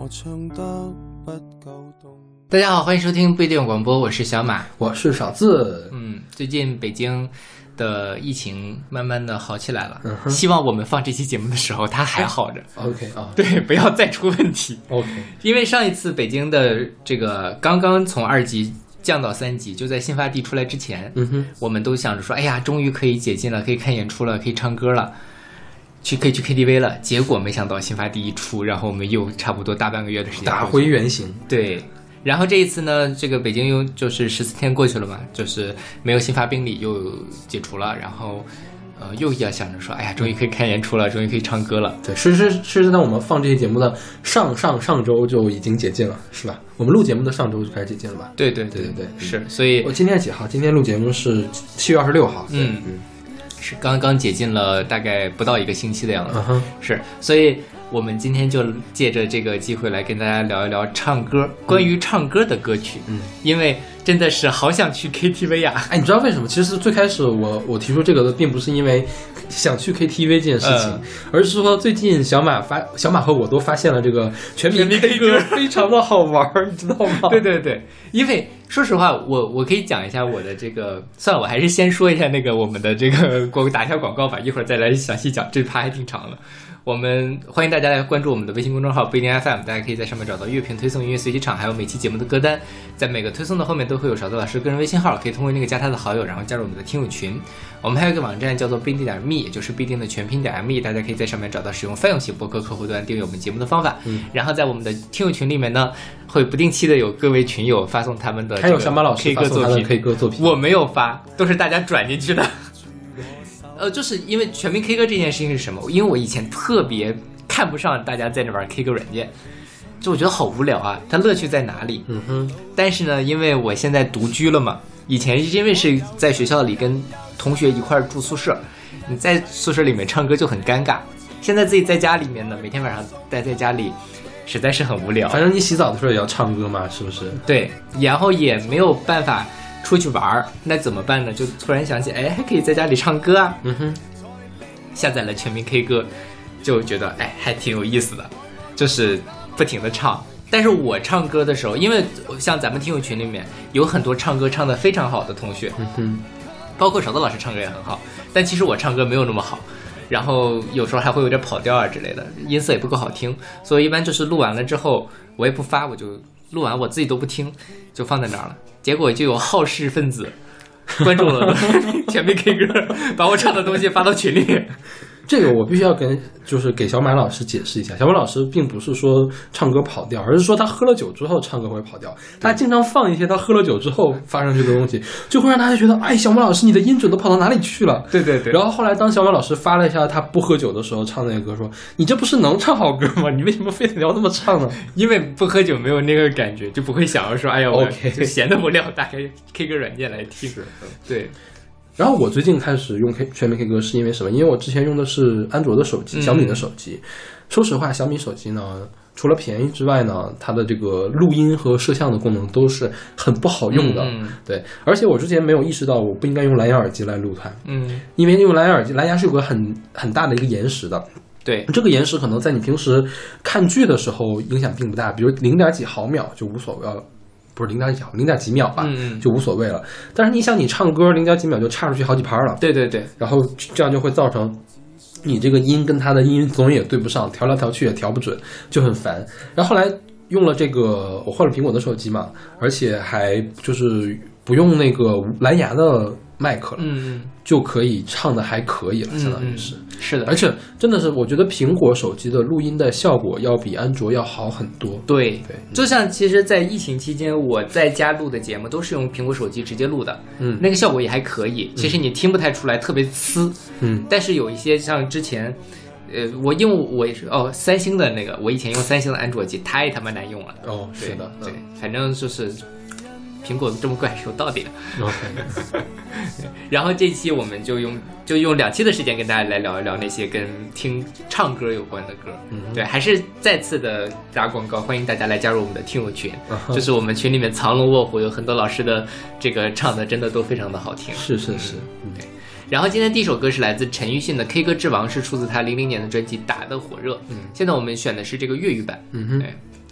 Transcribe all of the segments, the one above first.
我唱得不够动。 大家好，欢迎收听不一定广播，我是小马， 我是小字。 最近北京的疫情慢慢的好起来了，希望我们放这期节目的时候它还好着。 OK 啊， 对，不要再出问题。 OK， 因为上一次北京的这个刚刚从2级降到3级，就在新发地出来之前，我们都想着说，哎呀，终于可以解禁了，可以看演出了，可以唱歌了。可以去 KTV 了，结果没想到新发地一出，然后我们又差不多大半个月的时间打回原形。 对，然后这一次呢，这个北京又就是14天过去了嘛，就是没有新发病例又解除了，然后又要想着说，哎呀，终于可以看演出了，终于可以唱歌了。 对，是在我们放这些节目的上周就已经解禁了，是吧？我们录节目的上周就开始解禁了吧？ 对，是，所以我今天几号？今天录节目是7月26号。 是刚刚解禁了大概不到1个星期的样子。是，所以我们今天就借着这个机会来跟大家聊一聊唱歌，关于唱歌的歌曲。因为真的是好想去 KTV 啊！ 哎，你知道为什么？其实最开始我提出这个的，并不是因为想去 KTV 这件事情，而是说最近小马和我都发现了这个全民 K 歌非常的好玩，你知道吗？ 对，因为说实话，我可以讲一下我的这个，算了，我还是先说一下那个我们的这个打一下广告吧，一会儿再来详细讲，这趴还挺长的。我们欢迎大家来关注我们的微信公众号不一定 FM， 大家可以在上面找到乐评推送、音乐随机场，还有每期节目的歌单。在每个推送的后面都会有勺子老师个人微信号，可以通过那个加他的好友，然后加入我们的听友群。我们还有一个网站叫做不一定.me， 也就是不一定的全拼.me， 大家可以在上面找到使用泛用型播客客户端订阅我们节目的方法。然后在我们的听友群里面呢，会不定期的有各位群友发送他们的还有小马老师 K 歌作品 ，K 歌作品， 我没有发，都是大家转进去的。就是因为全民 K 歌这件事情是什么？因为我以前特别看不上大家在那玩 K 歌软件，就我觉得好无聊啊，它乐趣在哪里？但是呢，因为我现在独居了嘛，以前因为是在学校里跟同学一块住宿舍，你在宿舍里面唱歌就很尴尬。现在自己在家里面呢，每天晚上待在家里，实在是很无聊。 反正你洗澡的时候也要唱歌嘛，是不是？ 对，然后也没有办法出去玩，那怎么办呢？就突然想起，哎，还可以在家里唱歌啊。下载了全民 K 歌，就觉得哎还挺有意思的，就是不停的唱。但是我唱歌的时候，因为像咱们听友群里面有很多唱歌唱得非常好的同学，包括勺子老师唱歌也很好，但其实我唱歌没有那么好，然后有时候还会有点跑调啊之类的，音色也不够好听，所以一般就是录完了之后我也不发，我就录完我自己都不听，就放在那儿了。结果就有好事分子关注了全民 K 歌，把我唱的东西发到群里面。 这个我必须要给小马老师解释一下，小马老师并不是说唱歌跑调，而是说他喝了酒之后唱歌会跑调，他经常放一些他喝了酒之后发上去的东西，就会让大家觉得，哎，小马老师你的音准都跑到哪里去了？ 对。 然后后来当小马老师发了一下他不喝酒的时候唱那个歌，说你这不是能唱好歌吗？你为什么非得要那么唱呢？ 因为不喝酒没有那个感觉，就不会想要说，哎呀，我就闲得无聊打开 K 歌软件来听。对。 然后我最近开始用全民 K 歌是因为什么？因为我之前用的是安卓的手机，小米的手机。说实话，小米手机呢，除了便宜之外呢，它的这个录音和摄像的功能都是很不好用的。对，而且我之前没有意识到我不应该用蓝牙耳机来录它。因为用蓝牙耳机，蓝牙是有个很大的一个延时的。 对， 这个延时可能在你平时看剧的时候影响并不大，比如0.几毫秒就无所谓了。不是0.几秒吧，就无所谓了。但是你想，你唱歌0.几秒就差出去好几拍了。 对。 然后这样就会造成你这个音跟它的音总也对不上，调来调去也调不准，就很烦。然后后来用了这个，我换了苹果的手机嘛，而且还就是不用那个蓝牙的麦克了，就可以唱的还可以了，相当于是的， 而且真的是我觉得苹果手机的录音的效果要比安卓要好很多。 对，就像其实在疫情期间我在家录的节目都是用苹果手机直接录的，那个效果也还可以，其实你听不太出来特别呲，但是有一些像之前因为我也是三星的那个，我以前用三星的安卓机太他妈难用了。 是的， 对，反正就是苹果这么贵还是有道理的。然后这期我们就用2期的时间跟大家来聊一聊那些跟唱歌有关的歌。对，还是再次的打广告，欢迎大家来加入我们的听友群。就是我们群里面藏龙卧虎，有很多老师的这个唱的真的都非常的好听。 是。 对。然后今天第一首歌是来自陈奕迅的《K 歌之王》，是出自他00年的专辑《打得火热》。现在我们选的是这个粤语版。对。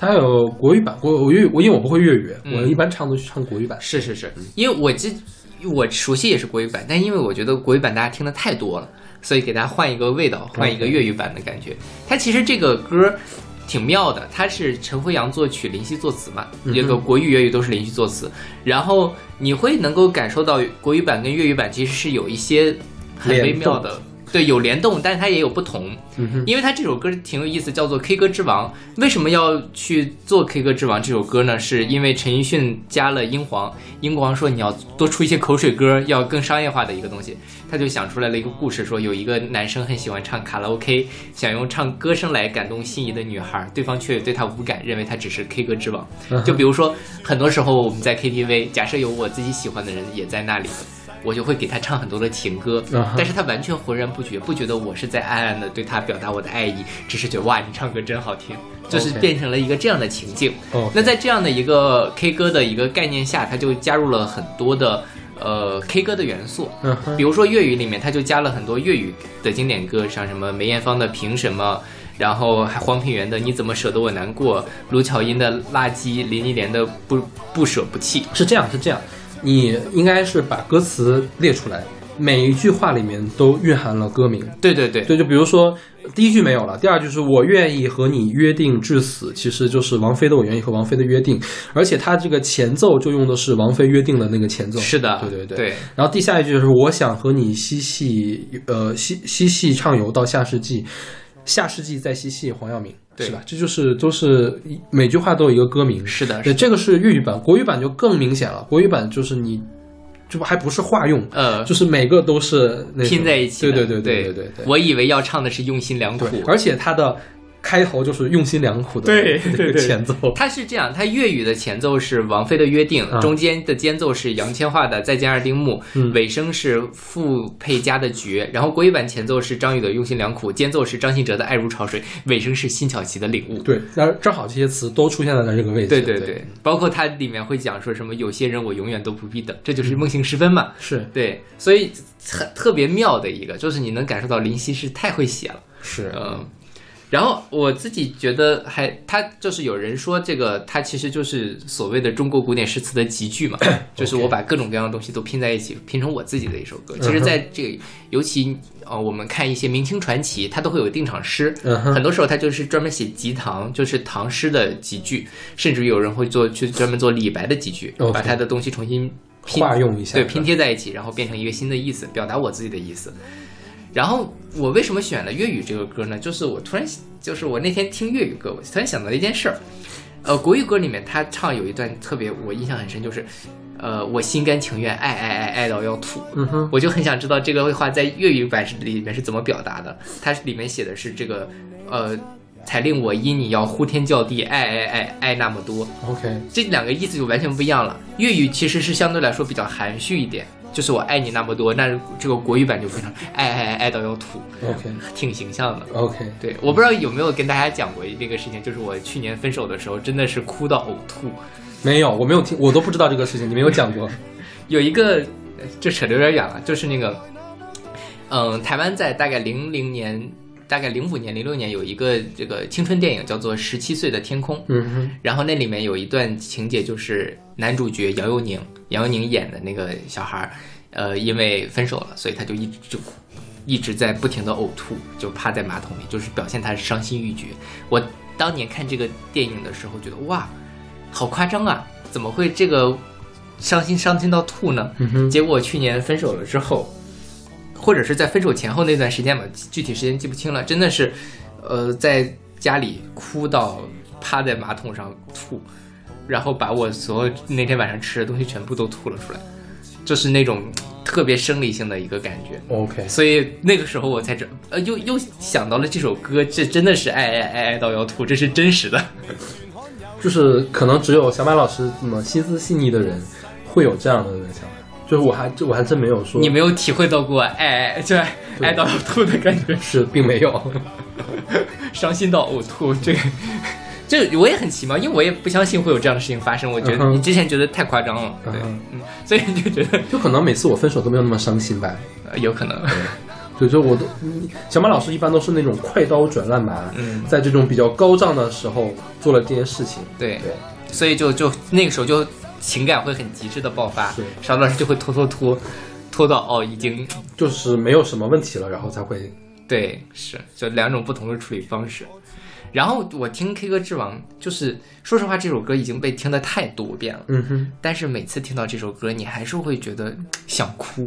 它有国语版，因为我不会粤语，我一般唱都去唱国语版。 是，因为我熟悉也是国语版，但因为我觉得国语版大家听的太多了，所以给大家换一个味道，换一个粤语版的感觉。它其实这个歌挺妙的，它是陈辉阳作曲，林夕作词嘛，这个国语粤语都是林夕作词，然后你会能够感受到国语版跟粤语版其实是有一些很微妙的。对，有联动，但是它也有不同，因为它这首歌挺有意思，叫做 K 歌之王。为什么要去做 K 歌之王这首歌呢？是因为陈奕迅加了英皇说你要多出一些口水歌，要更商业化的一个东西，他就想出来了一个故事，说有一个男生很喜欢唱卡拉 OK， 想用唱歌声来感动心仪的女孩，对方却对他无感，认为他只是 K 歌之王。就比如说很多时候我们在 KTV， 假设有我自己喜欢的人也在那里，我就会给他唱很多的情歌，但是他完全浑然不觉，不觉得我是在暗暗的对他表达我的爱意，只是觉得哇，你唱歌真好听，就是变成了一个这样的情境。那在这样的一个 K 歌的一个概念下，他就加入了很多的K 歌的元素，比如说粤语里面他就加了很多粤语的经典歌，像什么梅艳芳的凭什么，然后还黄品源的你怎么舍得我难过，卢巧音的垃圾，林忆莲的不舍不弃。 是这样，你应该是把歌词列出来，每一句话里面都蕴含了歌名。 对， 就比如说第一句没有了，第二句是我愿意和你约定至死，其实就是王菲的我愿意和王菲的约定，而且它这个前奏就用的是王菲约定的那个前奏。 是的， 对。然后第下一句就是我想和你嬉戏畅游到下世纪，下世纪再嬉戏黄耀明。是吧？这就是都是每句话都有一个歌名。 是的， 对，这个是粤语版，国语版就更明显了。国语版就是你，就还不是化用，就是每个都是拼在一起的。 对。 我以为要唱的是用心良苦， 而且它的开头就是用心良苦的对前奏。 它是这样，它粤语的前奏是王菲的约定，中间的间奏是杨千嬅的再见二丁目，尾声是傅佩嘉的绝，然后国语版前奏是张宇的用心良苦，间奏是张信哲的爱如潮水，尾声是辛晓琪的领悟。对， 然后正好这些词都出现在了这个位置。 对，包括它里面会讲说什么有些人我永远都不必等，这就是梦醒时分嘛。 是对，所以特别妙的一个，就是你能感受到林夕是太会写了。 是然后我自己觉得他就是有人说这个他其实就是所谓的中国古典诗词的集句嘛，就是我把各种各样的东西都拼在一起，拼成我自己的一首歌。其实在这个尤其我们看一些明清传奇，它都会有定场诗，很多时候它就是专门写集唐，就是唐诗的集句，甚至有人会去专门做李白的集句，把他的东西重新化用一下， 对，拼贴在一起，然后变成一个新的意思，表达我自己的意思。然后我为什么选了粤语这个歌呢？就是我那天听粤语歌，我突然想到一件事儿。国语歌里面他唱有一段特别我印象很深，就是我心甘情愿爱到要吐。我就很想知道这个话在粤语版里面是怎么表达的。它里面写的是这个才令我因你要呼天叫地爱那么多。 OK， 这两个意思就完全不一样了。粤语其实是相对来说比较含蓄一点，就是我爱你那么多，但是这个国语版就非常爱到要吐。 OK， 挺形象的。 OK， 对，我不知道有没有跟大家讲过这个事情，就是我去年分手的时候真的是哭到呕吐。 没有，我没有听，我都不知道这个事情，你没有讲过。 有一个这扯得有点远了，就是那个台湾在大概05年06年有一个这个青春电影叫做17岁的天空。然后那里面有一段情节，就是男主角杨佑宁演的那个小孩因为分手了，所以他就一直在不停的呕吐，就趴在马桶里，就是表现他伤心欲绝。我当年看这个电影的时候觉得哇好夸张啊，怎么会这个伤心到吐呢？结果去年分手了之后，或者是在分手前后那段时间吧，具体时间记不清了，真的是在家里哭到趴在马桶上吐，然后把我所有那天晚上吃的东西全部都吐了出来，就是那种特别生理性的一个感觉。 OK， 所以那个时候我才又想到了这首歌，这真的是爱到要吐，这是真实的。 就是可能只有小马老师这么心思细腻的人会有这样的想法，就是我还真没有说。 你没有体会到过爱到要吐的感觉？ 是并没有。 伤心到呕吐，这我也很奇妙，因为我也不相信会有这样的事情发生。我觉得你之前觉得太夸张了，对，所以你就觉得， 就可能每次我分手都没有那么伤心吧， 有可能， 对，就我都小马老师一般都是那种快刀斩乱麻，在这种比较高涨的时候做了这件事情。 对，所以就那个时候就情感会很极致的爆发，邵老师就会拖到已经就是没有什么问题了，然后才会。 对，是就两种不同的处理方式。然后我听 K 歌之王，就是说实话，这首歌已经被听得太多遍了，但是每次听到这首歌，你还是会觉得想哭。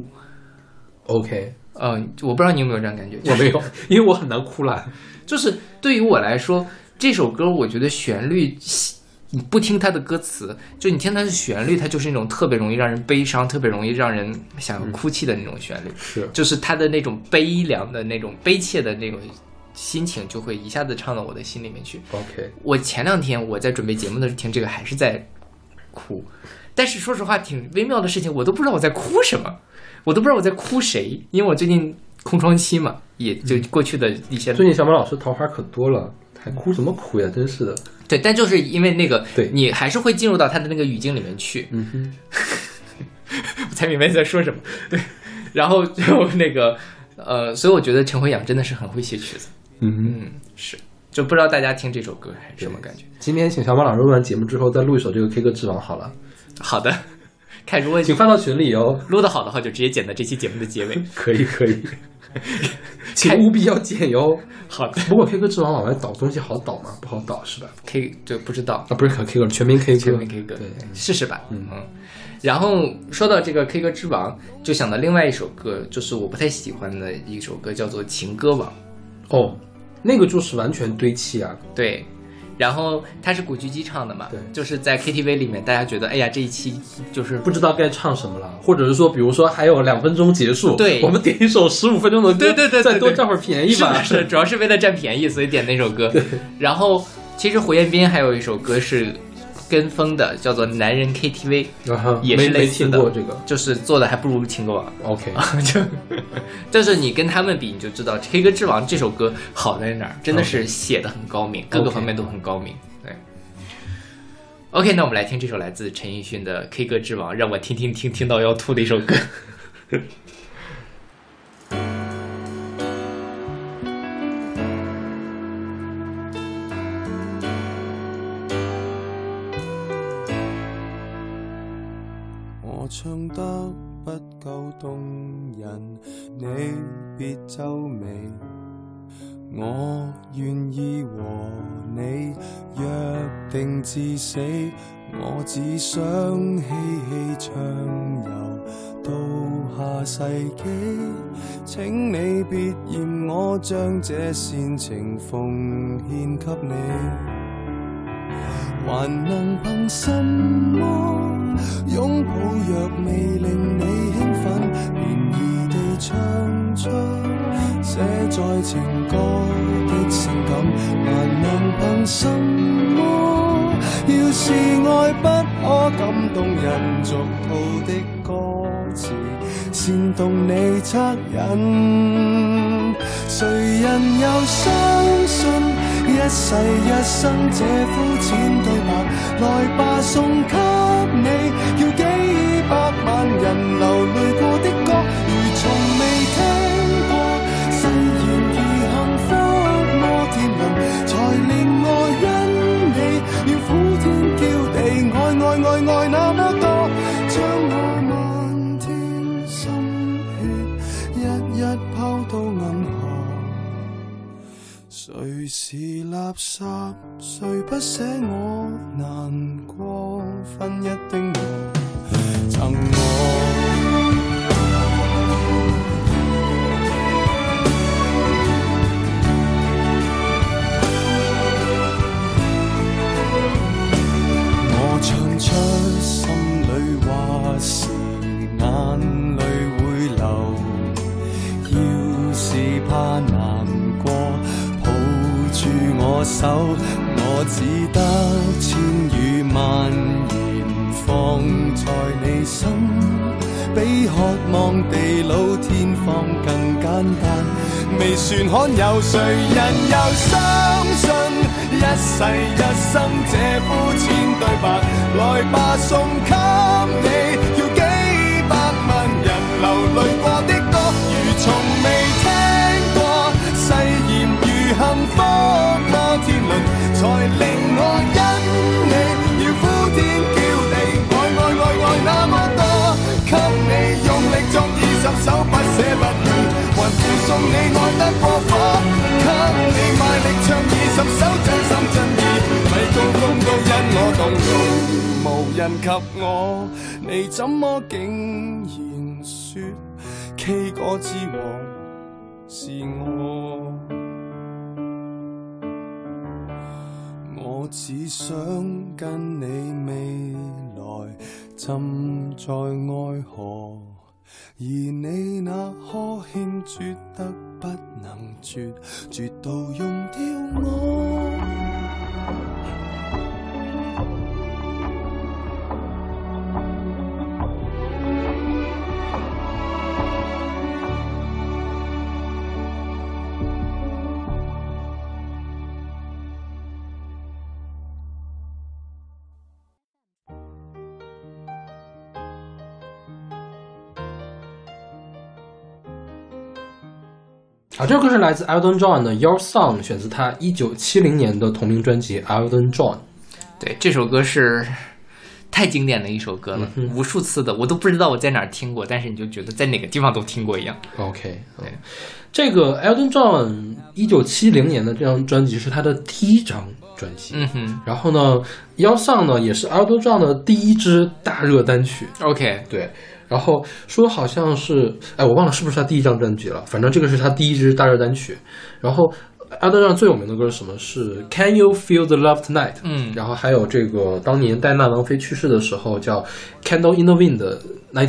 OK， 我不知道你有没有这样感觉， 我没有，因为我很难哭了。 就是对于我来说，这首歌我觉得旋律，你不听它的歌词，就你听它的旋律，它就是那种特别容易让人悲伤，特别容易让人想要哭泣的那种旋律， 是， 就是它的那种悲凉的那种悲切的那种心情，就会一下子唱到我的心里面去。 OK， 我前2天我在准备节目的时候听这个，还是在哭，但是说实话，挺微妙的事情，我都不知道我在哭什么，我都不知道我在哭谁，因为我最近空窗期嘛，也就过去的一些。 最近小马老师桃花可多了，还哭什么哭呀？真是的。 对，但就是因为那个， 对， 你还是会进入到他的那个语境里面去。我才明白你在说什么。对，然后就那个所以我觉得陈慧阳真的是很会写曲子。是，就不知道大家听这首歌还是什么感觉。 今天请小马老师录完节目之后，再录一首这个 K 歌之王好了。 好的，看如果请发到群里哦。 录得好的话，就直接剪到这期节目的结尾。 可以，请务必要剪哟。 好的。 不过 K 歌之王往外导东西好导吗？不好导是吧 ？K 就不知道啊，不是 K 歌，全民 K 歌， 全民 K 歌， 对， 试试吧。然后说到这个 K 歌之王，就想到另外一首歌，就是我不太喜欢的一首歌，叫做《情歌王》。 哦，那个就是完全堆砌啊。 对。然后他是古巨基唱的嘛， 对， 就是在 KTV 里面，大家觉得哎呀这一期就是不知道该唱什么了，或者是说，比如说还有2分钟结束， 对， 我们点一首15分钟的歌， 对， 再多占会儿便宜吧。 是，主要是为了占便宜，所以点那首歌。然后其实胡彦斌还有一首歌是跟风的，叫做《男人 KTV》，也是类似的， 没听过这个， 就是做的还不如情歌王。 OK， 就是你跟他们比，你就知道《K 歌之王》这首歌好在哪儿，真的是写的很高明，各个方面都很高明。对。OK， 那我们来听这首来自陈奕迅的《K 歌之王》，让我听到要吐的一首歌。 我唱得不夠動人，你別皺眉。我願意和你約定至死，我只想嬉戲暢遊到下世紀。請你別嫌我將這煽情奉獻給你，還能憑什麼擁抱若未令你興奮，便宜地唱出寫在情歌的性感，還能憑什麼要是愛不可感動人，俗套的歌詞煽動你惻隱，誰人又相信一世一生這膚淺對白？來吧送給你，要幾百萬人流淚過的歌，如從未聽過。誓言如幸福摩天輪，才令我因你要呼天叫地，愛那麼多，將我漫天心血一一拋到銀河。誰是垃圾？誰不捨我難過？分一丁我贈我。我唱出心裏話時，眼淚會流。要是怕難過，住我手，我只得千語萬言放在你心，比渴望地老天荒更簡單。微船罕有誰人又相信一世一生這膚淺對白？來吧送給你，要幾百萬人流淚過的歌，如從未聽我動容，無人及我，你怎麼竟然說 K 歌之王是我？我只想跟你未來浸在愛河，而你那呵欠絕得不能絕，絕到用掉我。 这首歌是来自 Elton John 的 Your Song， 选自他1970年的同名专辑 Elton John。 对，这首歌是太经典的一首歌了，无数次的我都不知道我在哪儿听过，但是你就觉得在哪个地方都听过一样。 OK， 对，这个 Elton John 1970年的这张专辑是他的第一张专辑，然后呢 Your Song 呢也是 Elton John 的第一支大热单曲。 OK， 对，然后说好像是，我忘了是不是他第一张专辑了，反正这个是他第一支大热单曲。然后 Elton John 最有名的歌是什么？是 Can You Feel the Love Tonight？ 然后还有这个当年戴安娜王妃去世的时候叫 Candle in the Wind 的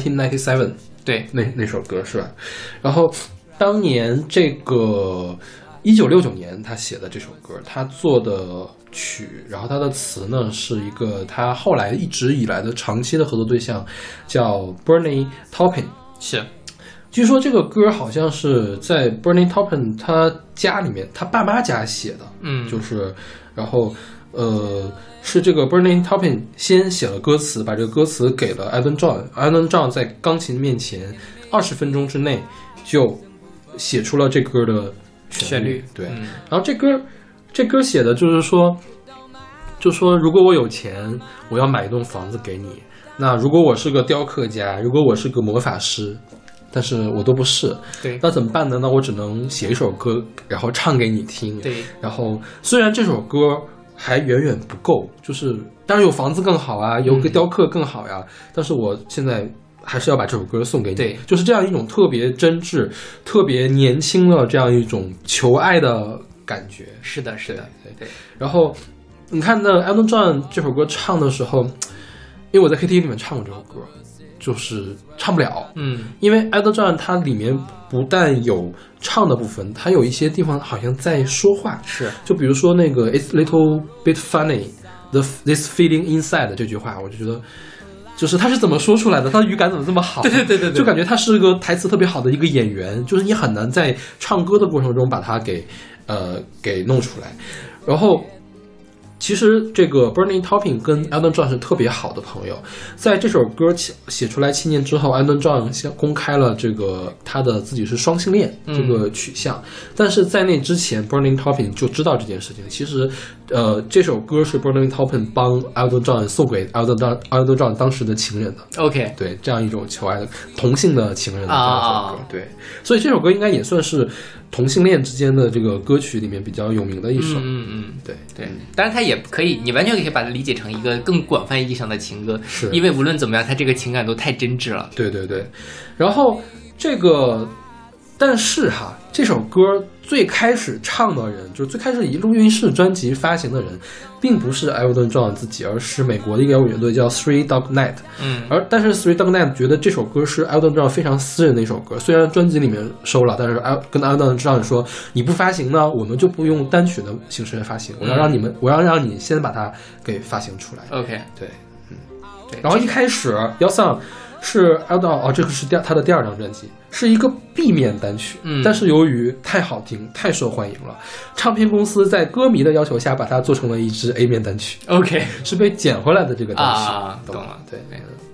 1997， 对， 那首歌是吧？然后当年这个1969年他写的这首歌，他做的曲，然后他的词呢是一个他后来一直以来的长期的合作对象，叫 Bernie Taupin。 是， 据说这个歌好像是在 Bernie Taupin 他家里面，他爸妈家写的，就是然后是这个 Bernie Taupin 先写了歌词，把这个歌词给了 Elton John，Elton John 在钢琴面前20分钟之内就写出了这歌的旋律。对，然后这歌写的就是说如果我有钱，我要买一栋房子给你，那如果我是个雕刻家，如果我是个魔法师，但是我都不是， 对， 那怎么办呢？那我只能写一首歌，然后唱给你听。 对， 然后虽然这首歌还远远不够，就是当然有房子更好啊，有个雕刻更好呀，但是我现在还是要把这首歌送给你。 对， 就是这样一种特别真挚、特别年轻的这样一种求爱的感觉。 是的，是的， 对。然后你看那 Elton John 这首歌唱的时候，因为我在 KTV 里面唱过这首歌，就是唱不了，因为 Elton John 它里面不但有唱的部分，它有一些地方好像在说话， 是， 就比如说那个 It's a little bit funny this feeling inside 这句话，我就觉得就是他是怎么说出来的，他的语感怎么这么好？对，就感觉他是个台词特别好的一个演员，就是你很难在唱歌的过程中把他给弄出来。然后其实这个 Bernie Taupin 跟 Elton John 是特别好的朋友，在这首歌写出来7年之后， Elton John 先公开了这个他的自己是双性恋这个取向，但是在那之前 Bernie Taupin 就知道这件事情。其实这首歌是 Bernie Taupin 帮 Elton John 送给 Elton John 当时的情人的。 OK， 对，这样一种求爱的同性的情人的这样一首歌。对，所以这首歌应该也算是同性恋之间的这个歌曲里面比较有名的一首。对， 当然它也可以，你完全可以把它理解成一个更广泛意义上的情歌， 是因为无论怎么样，它这个情感都太真挚了。 对，然后这个，但是哈，这首歌最开始唱的人，就是最开始以录音室专辑发行的人，并不是 Elton John 自己，而是美国的一个摇滚乐队叫 Three Dog Night。但是 Three Dog Night 觉得这首歌是 Elton John 非常私人的一首歌，虽然专辑里面收了，但是跟 Elton John 说，你不发行呢，我们就不用单曲的形式来发行，我要让你先把它给发行出来。 OK， 对，对。然后一开始 Your Song 是 Elton 这个是他的第2张专辑，是一个 B 面单曲，但是由于太好听太受欢迎了，唱片公司在歌迷的要求下把它做成了一支 A 面单曲。 OK， 是被捡回来的这个单曲。 懂了。对。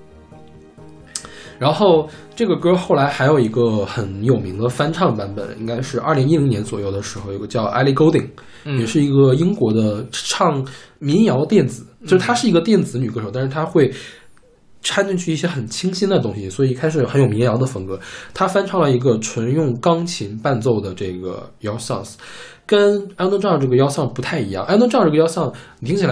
然后这个歌后来还有一个很有名的翻唱版本，应该是2010年左右的时候，有个叫 Ellie Goulding，也是一个英国的唱民谣电子，就是她是一个电子女歌手，但是她会掺进去一些很清新的东西，所以一开始很有民谣的风格。他翻唱了一个纯用钢琴伴奏的这个 Your Songs， 跟 Elton John 这个 Your Song 不太一样。Elton John 这个 Your Song 你听起来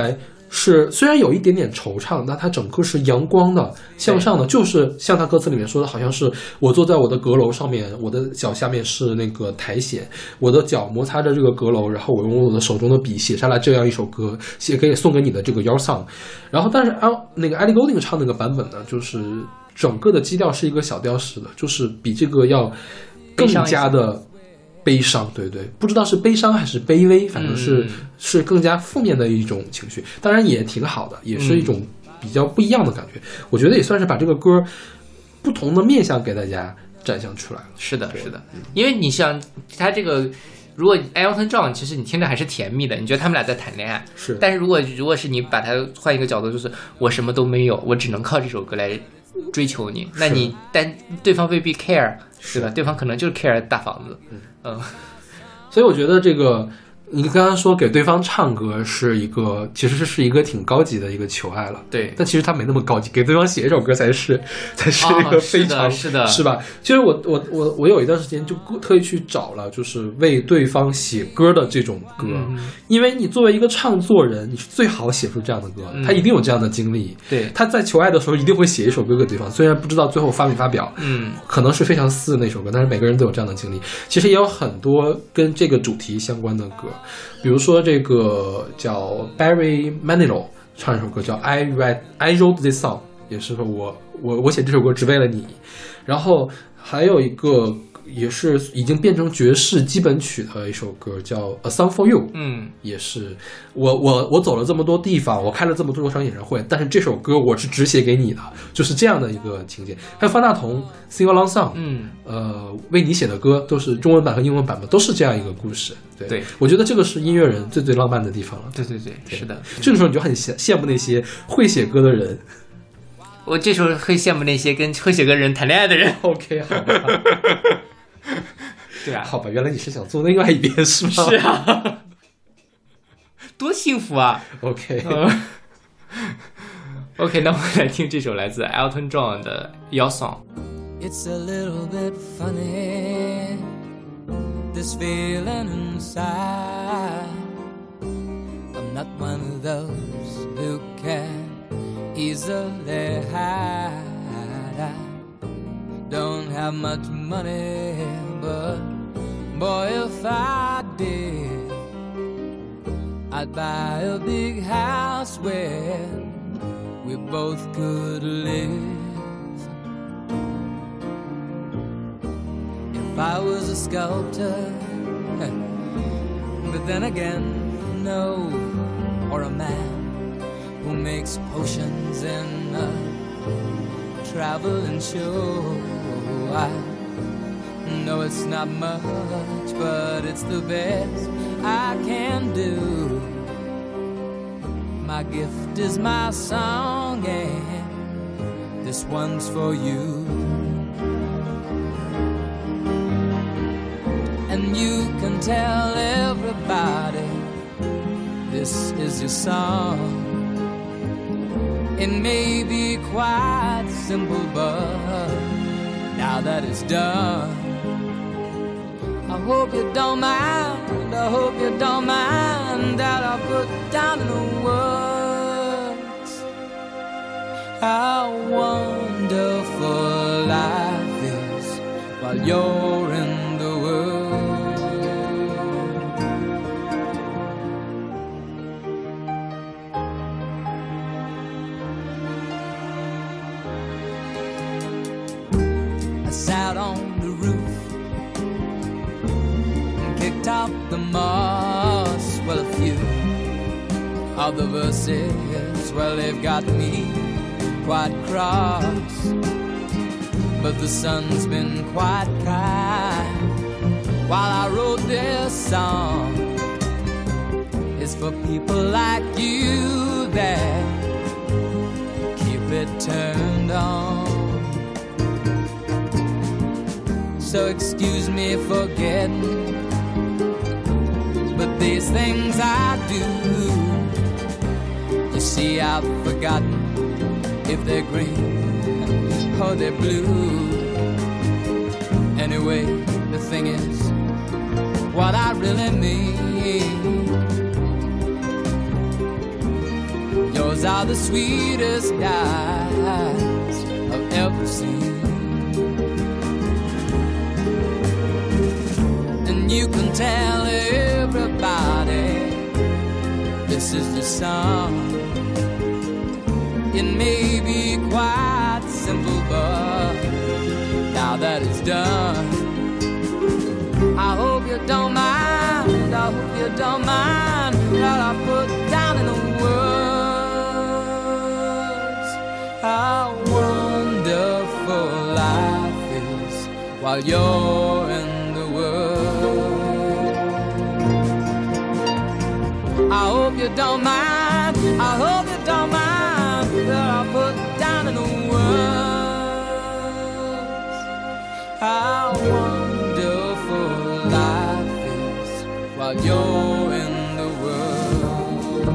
是虽然有一点点惆怅，但它整个是阳光的、向上的，就是像他歌词里面说的，好像是我坐在我的阁楼上面，我的脚下面是那个苔藓，我的脚摩擦着这个阁楼，然后我用我的手中的笔写下来这样一首歌，送给你的这个 Your Song。然后但是那个 Ellie Goulding 唱那个版本呢，就是整个的基调是一个小调式的，就是比这个要更加的悲伤，对对，不知道是悲伤还是卑微，反正是更加负面的一种情绪，当然也挺好的，也是一种比较不一样的感觉。我觉得也算是把这个歌不同的面向给大家展现出来了。 是的，是的，因为你想他这个，如果 Elton John 其实你听着还是甜蜜的，你觉得他们俩在谈恋爱， 是。 但是如果是你把它换一个角度，就是我什么都没有，我只能靠这首歌来追求你，那你但对方未必 care， 对吧？对方可能就是 care 大房子， 所以我觉得这个你刚刚说给对方唱歌是一个，其实是一个挺高级的一个求爱了， 对。 但其实他没那么高级，给对方写一首歌才是一个非常、 是的， 是吧？其实我有一段时间就特意去找了，就是为对方写歌的这种歌，因为你作为一个唱作人，你是最好写出这样的歌，他一定有这样的经历， 对。 他在求爱的时候一定会写一首歌给对方，虽然不知道最后发没发表，可能是非常私的那首歌，但是每个人都有这样的经历。其实也有很多跟这个主题相关的歌。比如说这个叫 Barry Manilow 唱一首歌叫 I Wrote This Song， 也是说我写这首歌只为了你。然后还有一个也是已经变成爵士基本曲的一首歌叫 A Song for You， 也是我走了这么多地方，我开了这么多场演唱会，但是这首歌我是只写给你的，就是这样的一个情节。还有方大同 Sing Along Song， 为你写的歌都是中文版和英文版本，都是这样一个故事。对，我觉得这个是音乐人最最浪漫的地方了。 对，是的。 这个时候你就很羡慕那些会写歌的人。 我这时候会羡慕那些跟会写歌的人谈恋爱的人。 OK， 好吧。 对啊， 好吧，原来你是想做另外一边是吗？ 是啊，多幸福啊。 OK， OK， 那我们来听这首来自 Elton John 的 Your Song。It's a little bit funny, this feeling inside. I'm not one of those who can easily hide. I don't have much money, but boy, if I did, I'd buy a big house where we both could live. If I was a sculptor, but then again, no, or a man who makes potions in a traveling show. I know it's not much, but it's the best I can do. My gift is my song, and this one's for you. And you can tell everybody this is your song. It may be quite simple, but now that it's done, I hope you don't mind, I hope you don't mind that I put down in the words how wonderful life is while you're in the world. I sat on the roof and kicked out the moss. Well, a few of the verses, well, they've got me quite cross, but the sun's been quite kind while I wrote this song. It's for people like you that keep it turned on. So excuse me for getting, but these things I do, you see, I've forgotten if they're green or they're blue. Anyway, the thing is, what I really mean Those are the sweetest guys I've ever seen. And you can tell everybody this is the song. It may be quite simple, but now that it's done, I hope you don't mind, I hope you don't mind that I put down in the words how wonderful life is while you're in the world. I hope you don't mind, I hope you don't mind that I put down in the words how wonderful life is while you're in the world.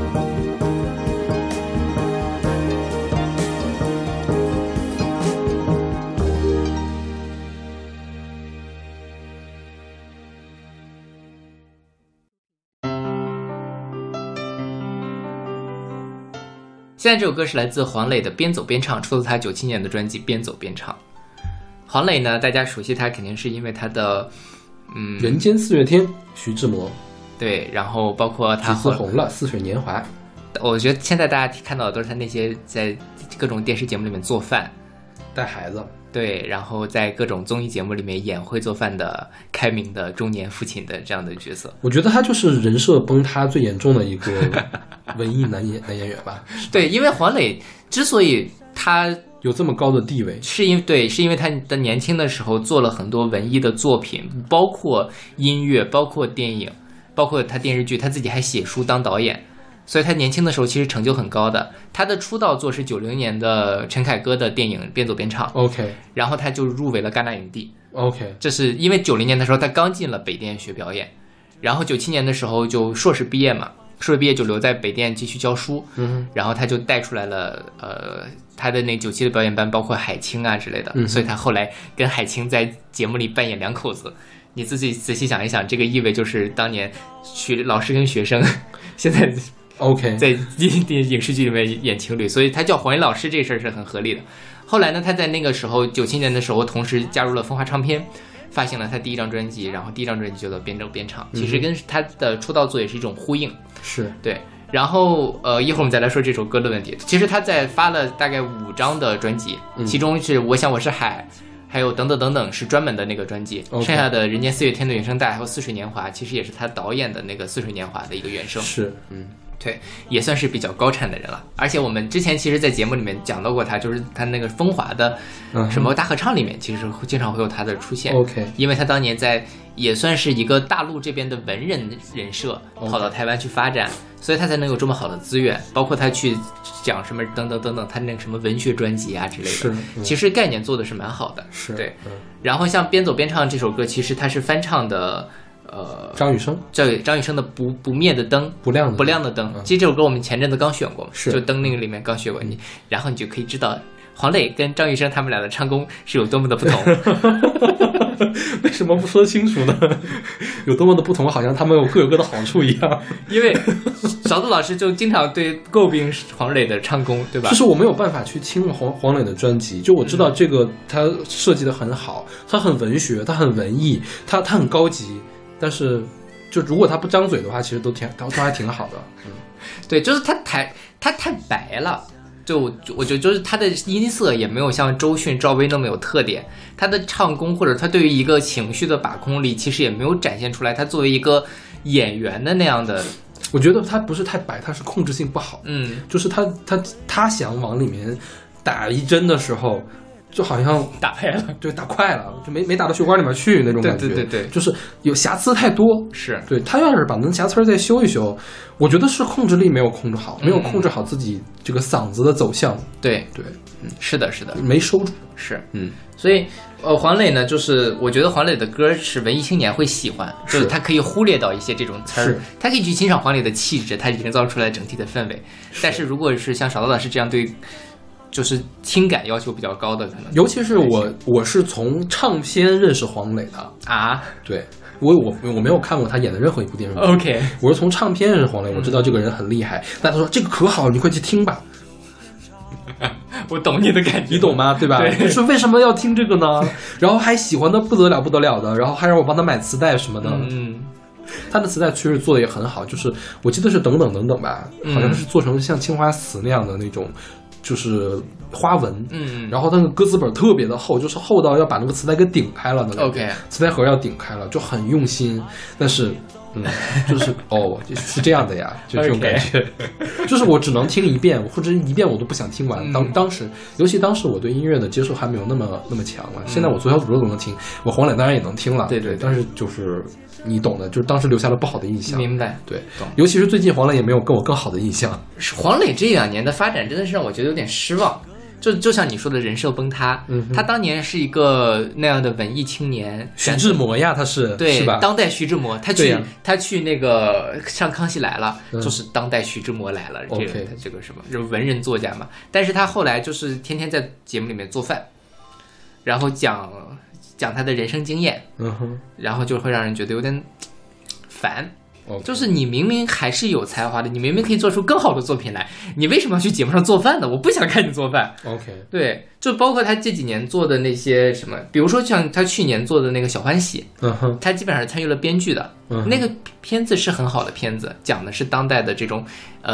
现在这首歌是来自黄磊的《边走边唱》，出自他97年的专辑《边走边唱》。黄磊呢，大家熟悉他肯定是因为他的人间四月天，徐志摩， 对，然后包括他几次红了，似水年华。 我觉得现在大家看到的都是他那些在各种电视节目里面做饭、 带孩子， 对，然后在各种综艺节目里面演会做饭的开明的中年父亲的这样的角色。 我觉得他就是人设崩塌最严重的一个文艺男演员吧。 对，因为黄磊之所以他有这么高的地位， 是因为他的年轻的时候做了很多文艺的作品，包括音乐，包括电影，包括他电视剧，他自己还写书当导演，所以他年轻的时候其实成就很高的。他的出道作是90年的陈凯歌的电影《边走边唱》 ，OK， 然后他就入围了戛纳影帝 ，OK， 这是因为90年的时候他刚进了北电学表演，然后97年的时候就硕士毕业嘛，硕士毕业就留在北电继续教书，然后他就带出来了他的那97的表演班，包括海清啊之类的，所以他后来跟海清在节目里扮演两口子。你自己仔细想一想，这个意味就是当年老师跟学生现在 OK 在影视剧里面演情侣，所以他叫黄磊老师这事儿是很合理的。后来呢，他在那个时候97年的时候，同时加入了风华唱片，发行了他第一张专辑，然后第一张专辑就叫《边走边唱》，其实跟他的出道作也是一种呼应。 是对。然后一会儿我们再来说这首歌的问题。其实他在发了大概5张的专辑，其中是我想我是海，还有等等等等是专门的那个专辑，剩下的人间四月天的原声带还有似水年华，其实也是他导演的那个似水年华的一个原声。 是， 对，也算是比较高产的人了。而且我们之前其实在节目里面讲到过他，就是他那个风华的什么大合唱里面，其实经常会有他的出现。 OK， 因为他当年也算是一个大陆这边的文人人设，跑到台湾去发展，所以他才能有这么好的资源，包括他去讲什么等等等等，他那个什么文学专辑啊之类的， 是， 其实概念做的是蛮好的。 是， 对。然后像边走边唱这首歌，其实他是翻唱的。 张雨生， 张雨生的不灭的灯，不亮的灯。其实这首歌我们前阵子刚选过，就灯那个里面刚选过你，然后你就可以知道黄磊跟张雨生他们俩的唱功是有多么的不同。 为什么不说清楚呢？有多么的不同，好像他们各有各的好处一样。 因为勺子老师就经常对诟病黄磊的唱功，对吧？ 就是我没有办法去听黄磊的专辑，就我知道这个他设计的很好，他很文学，他很文艺，他很高级。但是，就如果他不张嘴的话，其实都还挺好的。 对，就是他太白了，我觉得就是他的音色也没有像周迅、赵薇那么有特点，他的唱功或者他对于一个情绪的把控力，其实也没有展现出来。他作为一个演员的那样的， 我觉得他不是太白，他是控制性不好。就是他想往里面打一针的时候。就好像打拍了， 对，打快了，就没打到血管里面去那种感觉。 对， 就是有瑕疵太多。 是， 对，他要是把那瑕疵再修一修，我觉得是控制力没有控制好，没有控制好自己这个嗓子的走向。 对，是的， 没收住。 是，所以黄磊呢，就是我觉得黄磊的歌是文艺青年会喜欢，就是他可以忽略到一些这种词儿，他可以去欣赏黄磊的气质，他营造出来整体的氛围。但是如果是像勺子老师这样对。就是听感要求比较高的，可能尤其是我是从唱片认识黄磊的啊， 对， 我没有看过他演的任何一部电视剧。 OK， 我是从唱片认识黄磊，我知道这个人很厉害。但他说这个可好，你快去听吧。 我懂你的感觉， 你懂吗？对吧？ 对， 你说为什么要听这个呢？然后还喜欢的不得了的，然后还让我帮他买磁带什么的。他的磁带确实做的也很好，就是我记得是等等吧，好像是做成像青花瓷那样的那种，就是花纹。然后那个歌词本特别的厚，就是厚到要把那个磁带给顶开了的。 OK， 磁带盒要顶开了，就很用心。但是就是是这样的呀，就这种感觉。就是我只能听一遍，或者一遍我都不想听完。当时，尤其当时我对音乐的接受还没有那么强了。现在我左小诅咒都能听，我黄磊当然也能听了。 对， 但是就是你懂的，就是当时留下了不好的印象。 明白， 对，尤其是最近黄磊也没有跟我更好的印象。 黄磊这2年的发展真的是让我觉得有点失望。就像你说的人设崩塌，他当年是一个那样的文艺青年， 徐志摩呀，他是对是吧？ 当代徐志摩，他去那个上康熙来了，就是当代徐志摩来了，他这个什么就是文人作家嘛。但是他后来就是天天在节目里面做饭，然后讲他的人生经验，然后就会让人觉得有点烦。就是你明明还是有才华的，你明明可以做出更好的作品来，你为什么要去节目上做饭呢？我不想看你做饭。 OK， 对，就包括他这几年做的那些什么，比如说像他去年做的那个《小欢喜》，他基本上是参与了编剧的，那个片子是很好的片子，讲的是当代的这种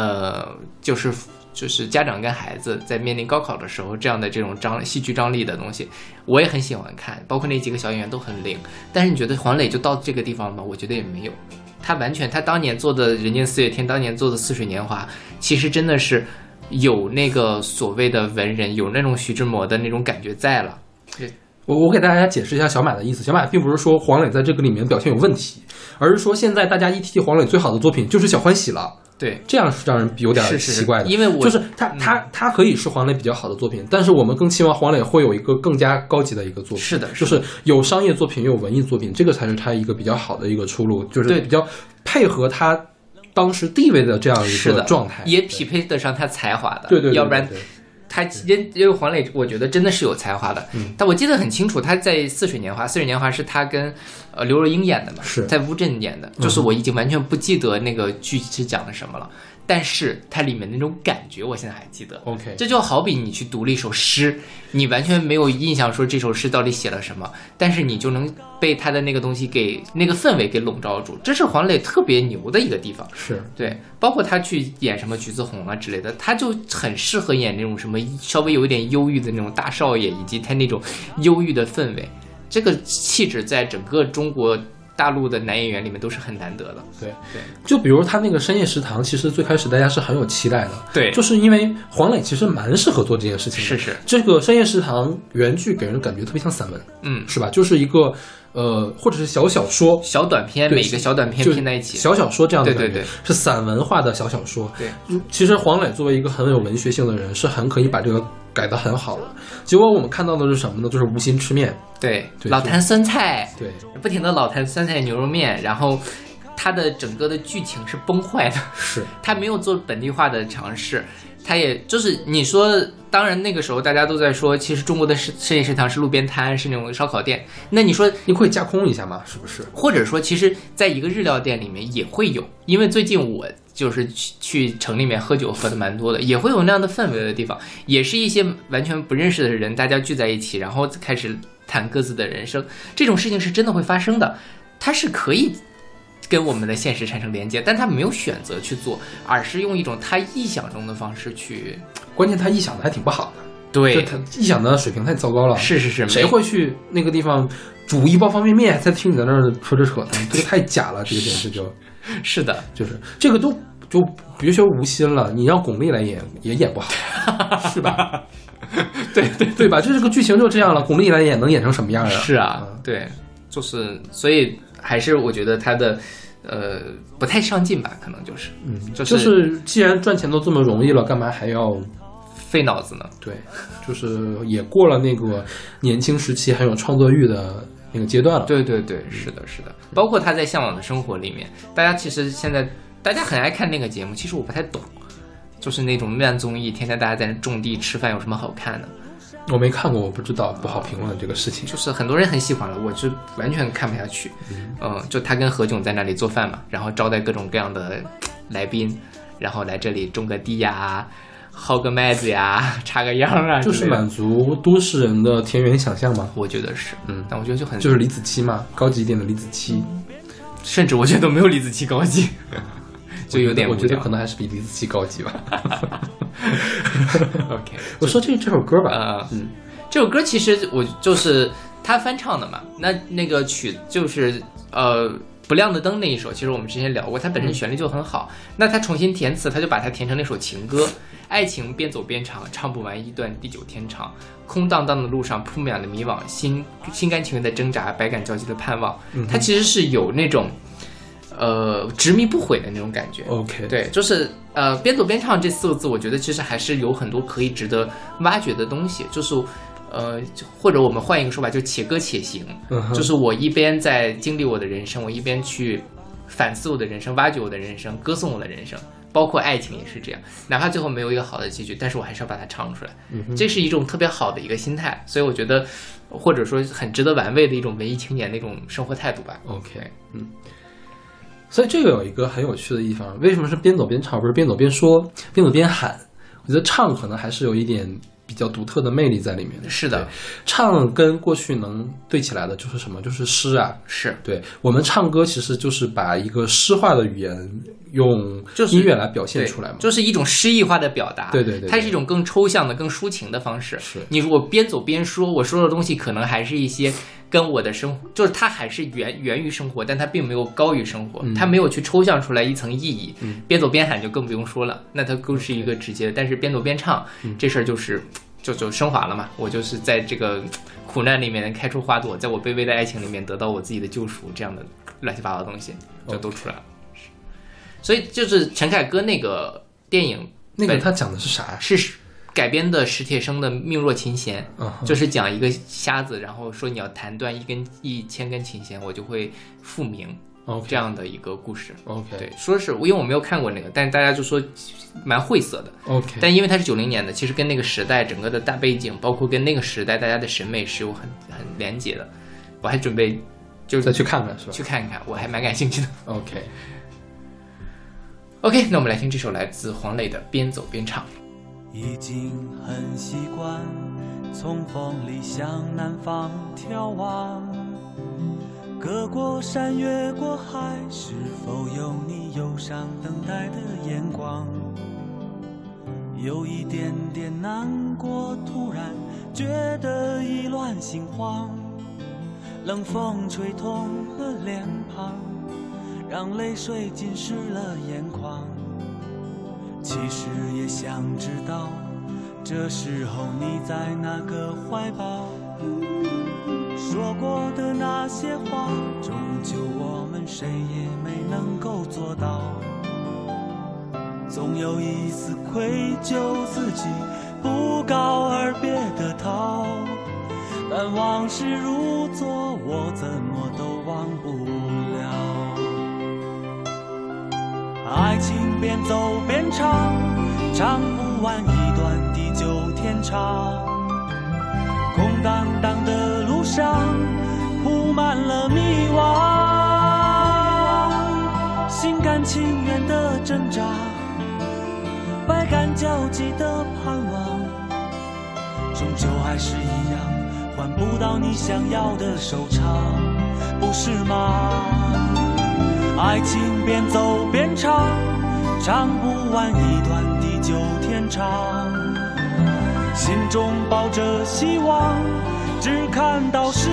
就是家长跟孩子在面临高考的时候这样的这种戏剧张力的东西，我也很喜欢看，包括那几个小演员都很灵。但是你觉得黄磊就到这个地方吗？我觉得也没有。他当年做的《人间四月天》，当年做的《似水年华》，其实真的是有那个所谓的文人，有那种徐志摩的那种感觉在了。 我给大家解释一下小马的意思。小马并不是说黄磊在这个里面表现有问题，而是说现在大家一提起黄磊最好的作品就是《小欢喜》了。 对， 这样是让人有点奇怪的。 因为就是他可以是黄磊比较好的作品，但是我们更期望黄磊会有一个更加高级的一个作品。 是的， 就是有商业作品，有文艺作品，这个才是他一个比较好的一个出路，就是比较配合他当时地位的这样一个状态， 也匹配得上他才华的。 对， 要不然他因为黄磊，我觉得真的是有才华的。但我记得很清楚，他在《似水年华》，《似水年华》是他跟刘若英演的嘛， 是在乌镇演的。就是我已经完全不记得那个剧是讲的什么了，但是它里面那种感觉我现在还记得。 OK， 这就好比你去读了一首诗，你完全没有印象说这首诗到底写了什么，但是你就能被他的那个东西给那个氛围给笼罩住，这是黄磊特别牛的一个地方。 是对，包括他去演什么橘子红啊之类的，他就很适合演那种什么稍微有一点忧郁的那种大少爷，以及他那种忧郁的氛围，这个气质在整个中国大陆的男演员里面都是很难得的。 对，就比如他那个深夜食堂，其实最开始大家是很有期待的。 对， 就是因为黄磊其实蛮适合做这件事情的。 是这个深夜食堂原剧给人感觉特别像散文，是吧？就是一个或者是小说、小短片，每个小短片拼在一起， 小说这样的感觉， 对， 是散文化的小说。 对， 其实黄磊作为一个很有文学性的人，是很可以把这个改得很好了。结果我们看到的是什么呢？就是无心吃面， 对，老坛酸菜， 对， 不停的老坛酸菜牛肉面，然后它的整个的剧情是崩坏的， 是他没有做本地化的尝试。他也就是你说，当然那个时候大家都在说，其实中国的深夜食堂是路边摊，是那种烧烤店。那你说你可以架空一下吗？是不是？ 或者说，其实在一个日料店里面也会有，因为最近我就是去城里面喝酒喝的蛮多的，也会有那样的氛围的地方，也是一些完全不认识的人，大家聚在一起，然后开始谈各自的人生。这种事情是真的会发生的，它是可以跟我们的现实产生连接，但他没有选择去做，而是用一种他臆想中的方式去。 关键他臆想的还挺不好的， 对， 他臆想的水平太糟糕了。 是， 谁会去那个地方煮一包方便面，再听你在那儿扯呢？这个太假了，这个简直是的， 就是这个就别说无心了，你让巩俐来演也演不好，是吧？对吧？这个剧情就这样了，巩俐来演能演成什么样啊？ 是啊，对，就是所以还是我觉得他的不太上进吧，可能就是就是既然赚钱都这么容易了，干嘛还要费脑子呢？ 对，就是也过了那个年轻时期很有创作欲的那个阶段了。 对，是的。包括他在《向往的生活》里面，大家其实现在大家很爱看那个节目，其实我不太懂，就是那种慢综艺，天天大家在那种地吃饭有什么好看的？ 我没看过，我不知道，不好评论这个事情。 就是很多人很喜欢了，我是完全看不下去。就他跟何炅在那里做饭嘛，然后招待各种各样的来宾，然后来这里种个地呀，薅个麦子呀，插个秧啊， 就是满足都市人的田园想象嘛。 我觉得是，但我觉得就是李子柒嘛，高级一点的李子柒， 甚至我觉得都没有李子柒高级，就有点我觉得可能还是比李子柒高级吧。 OK， 我说这首歌吧， 这首歌其实我就是他翻唱的嘛，那个曲就是不亮的灯那一首，其实我们之前聊过，它本身旋律就很好，那他重新填词，他就把它填成那首情歌，爱情边走边长，唱不完一段地久天长，空荡荡的路上铺满了迷惘，心甘情愿的挣扎，百感交集的盼望，它其实是有那种执迷不悔的那种感觉。 OK， 对，就是边走边唱这4个字，我觉得其实还是有很多可以值得挖掘的东西，就是或者我们换一个说法，就且歌且行，就是我一边在经历我的人生，我一边去反思我的人生，挖掘我的人生，歌颂我的人生，包括爱情也是这样，哪怕最后没有一个好的结局，但是我还是要把它唱出来，这是一种特别好的一个心态，所以我觉得或者说很值得玩味的一种文艺青年的一种生活态度吧。 OK， 所以这个有一个很有趣的地方，为什么是边走边唱，不是边走边说，边走边喊？我觉得唱可能还是有一点比较独特的魅力在里面的。 是的， 唱跟过去能对起来的就是什么？就是诗啊。 是， 对，我们唱歌其实就是把一个诗化的语言用音乐来表现出来嘛， 就是一种诗意化的表达。 对对对， 它是一种更抽象的、更抒情的方式。 是你如果边走边说，我说的东西可能还是一些跟我的生活，就是它还是源于生活，但它并没有高于生活，它没有去抽象出来一层意义。边走边喊就更不用说了，那它更是一个直接的。但是边走边唱，这事儿就升华了嘛。我就是在这个苦难里面开出花朵，在我卑微的爱情里面得到我自己的救赎，这样的乱七八糟的东西就都出来了。所以就是陈凯歌那个电影， 那个他讲的是啥呀？ 是改编的史铁生的《命若琴弦》，就是讲一个瞎子，然后说你要弹断一千根琴弦，我就会复明。这样的一个故事。 OK， 对，说是因为我没有看过那个，但是大家就说蛮晦涩的。 OK， 但因为它是90年的，其实跟那个时代整个的大背景，包括跟那个时代大家的审美是有很连结的。我还准备就再去看看，是吧？ 去看一看，我还蛮感兴趣的。 OK， 那我们来听这首来自黄磊的《边走边唱》。 已经很习惯从风里向南方眺望，隔过山越过海，是否有你忧伤等待的眼光？有一点点难过，突然觉得意乱心慌，冷风吹痛了脸庞，让泪水浸湿了眼眶。其实也想知道，这时候你在哪个怀抱？说过的那些话，终究我们谁也没能够做到。总有一丝愧疚，自己不告而别的逃，但往事如昨，我怎么都忘不了。爱情边走边唱，唱不完一段地久天长，空荡荡的路上铺满了迷惘，心甘情愿的挣扎，百感交集的盼望，终究还是一样，换不到你想要的收场，不是吗？爱情边走边唱，唱不完一段地久天长，心中抱着希望，只看到失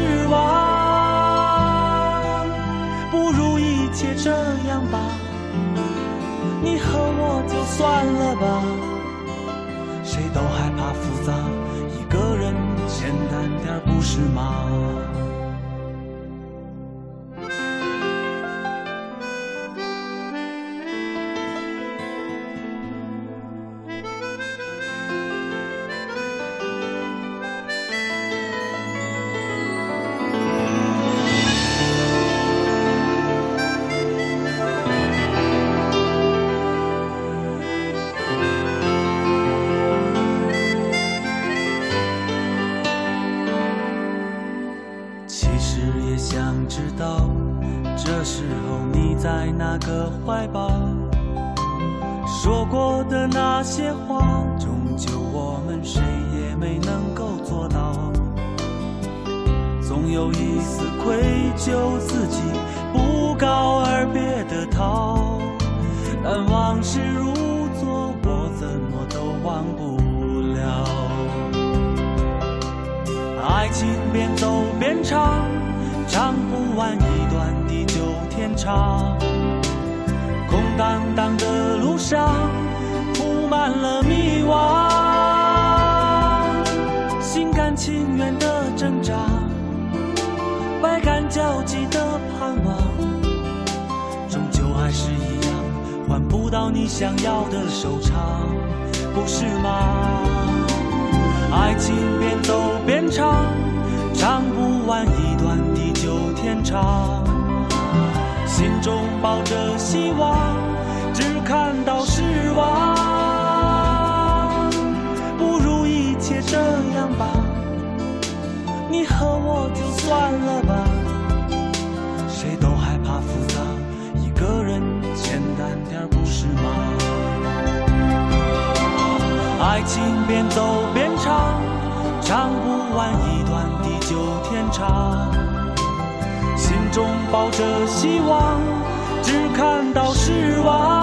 望，不如一切这样吧，你和我就算了吧，谁都害怕复杂，一个人简单点不是吗？ 在那个怀抱，说过的那些话，终究我们谁也没能够做到。总有一丝愧疚，自己不告而别的逃。但往事如昨，我怎么都忘不了。爱情边走边唱，唱不完一段地久天长。空荡荡的路上铺满了迷惘，心甘情愿的挣扎，百感交集的盼望，终究还是一样，换不到你想要的收场，不是吗？爱情边走边唱，唱不完一段地久天长。心中抱着希望，只看到失望。不如一切这样吧，你和我就算了吧。谁都害怕复杂，一个人简单点不是吗？爱情边走边唱，唱不完一段地久天长。心中抱着希望，只看到失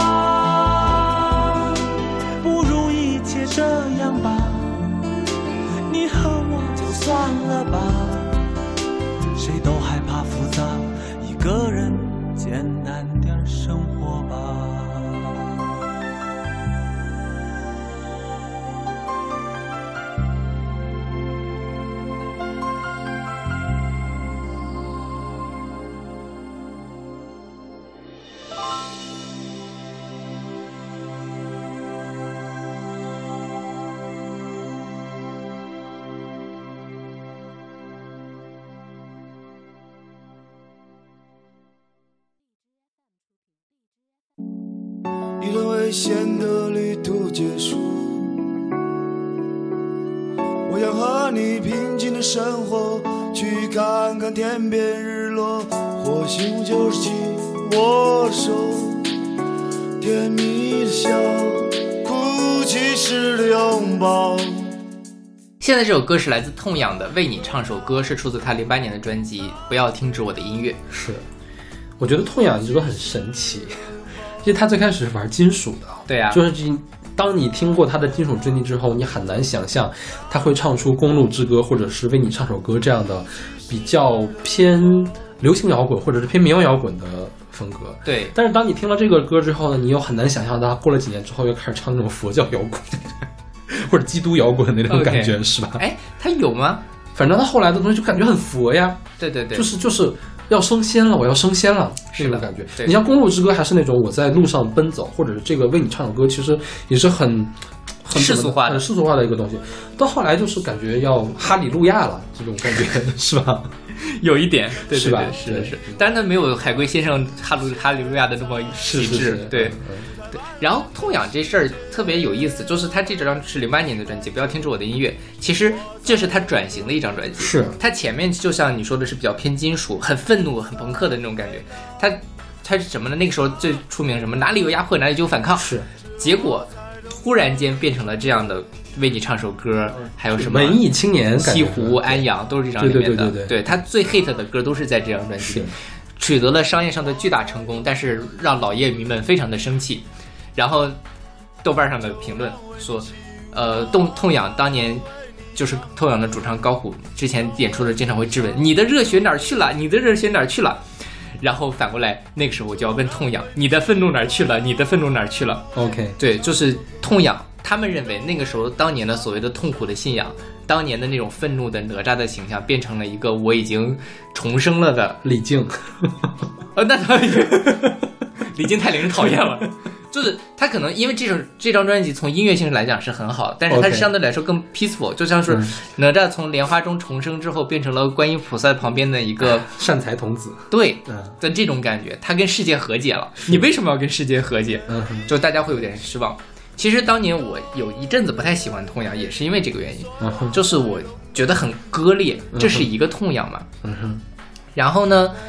望。不如一切这样吧，你和我就算了吧。谁都害怕复杂，一个人简单点生活吧。 一段危险的旅途结束，我想和你平静的生活，去看看天边日落，或幸福就是紧握手，甜蜜的笑，哭泣时的拥抱。 现在这首歌是来自痛仰的《为你唱首歌》，是出自他08年的专辑《不要停止我的音乐》。 是，我觉得痛仰这个很神奇，因为他最开始是玩金属的， 对啊， 就是当你听过他的金属专辑之后，你很难想象他会唱出《公路之歌》或者是《为你唱首歌》这样的比较偏流行摇滚或者是偏民谣摇滚的风格。 对， 但是当你听了这个歌之后呢，你又很难想象他过了几年之后又开始唱那种佛教摇滚或者基督摇滚的那种感觉， 是吧？ 哎，他有吗？ 反正他后来的东西就感觉很佛呀。 对对对， 就是要升仙了，我要升仙了，这种感觉。你像《公路之歌》还是那种我在路上奔走，或者是这个为你唱首歌，其实也是很世俗化的、 很世俗化的一个东西。到后来就是感觉要哈利路亚了，这种感觉是吧？ 有一点，对是吧？ 是的是。当然，他没有海龟先生哈利路亚的那么极致，对。对，然后痛仰这事儿特别有意思，就是他这张是08年的专辑，不要停止我的音乐，其实这是他转型的一张专辑。 是， 他前面就像你说的是比较偏金属，很愤怒、很朋克的那种感觉。他是什么呢？那个时候最出名什么？哪里有压迫，哪里就有反抗。 是， 结果突然间变成了这样的，为你唱首歌，还有什么文艺青年、 西湖、安阳，都是这张里面的。 对， 他最 hit 的歌都是在这张专辑里，取得了商业上的巨大成功，但是让老业迷们非常的生气。然后豆瓣上的评论说，痛仰当年就是痛仰的主唱高虎之前演出的经常会质问你的热血哪儿去了，你的热血哪儿去了，然后反过来那个时候我就要问痛仰，你的愤怒哪儿去了，你的愤怒哪儿去了。 OK， 对，就是痛仰他们认为那个时候当年的所谓的痛苦的信仰，当年的那种愤怒的哪吒的形象变成了一个我已经重生了的李靖那他李靖太令人讨厌了就是他可能因为这张专辑从音乐性来讲是很好，但是它是相对来说更 peaceful， 就像是哪吒从莲花中重生之后变成了观音菩萨旁边的一个善财童子， 对的这种感觉，他跟世界和解了。你为什么要跟世界和解？就大家会有点失望。其实当年我有一阵子不太喜欢痛仰，也是因为这个原因，就是我觉得很割裂，这是一个痛仰嘛。然后呢，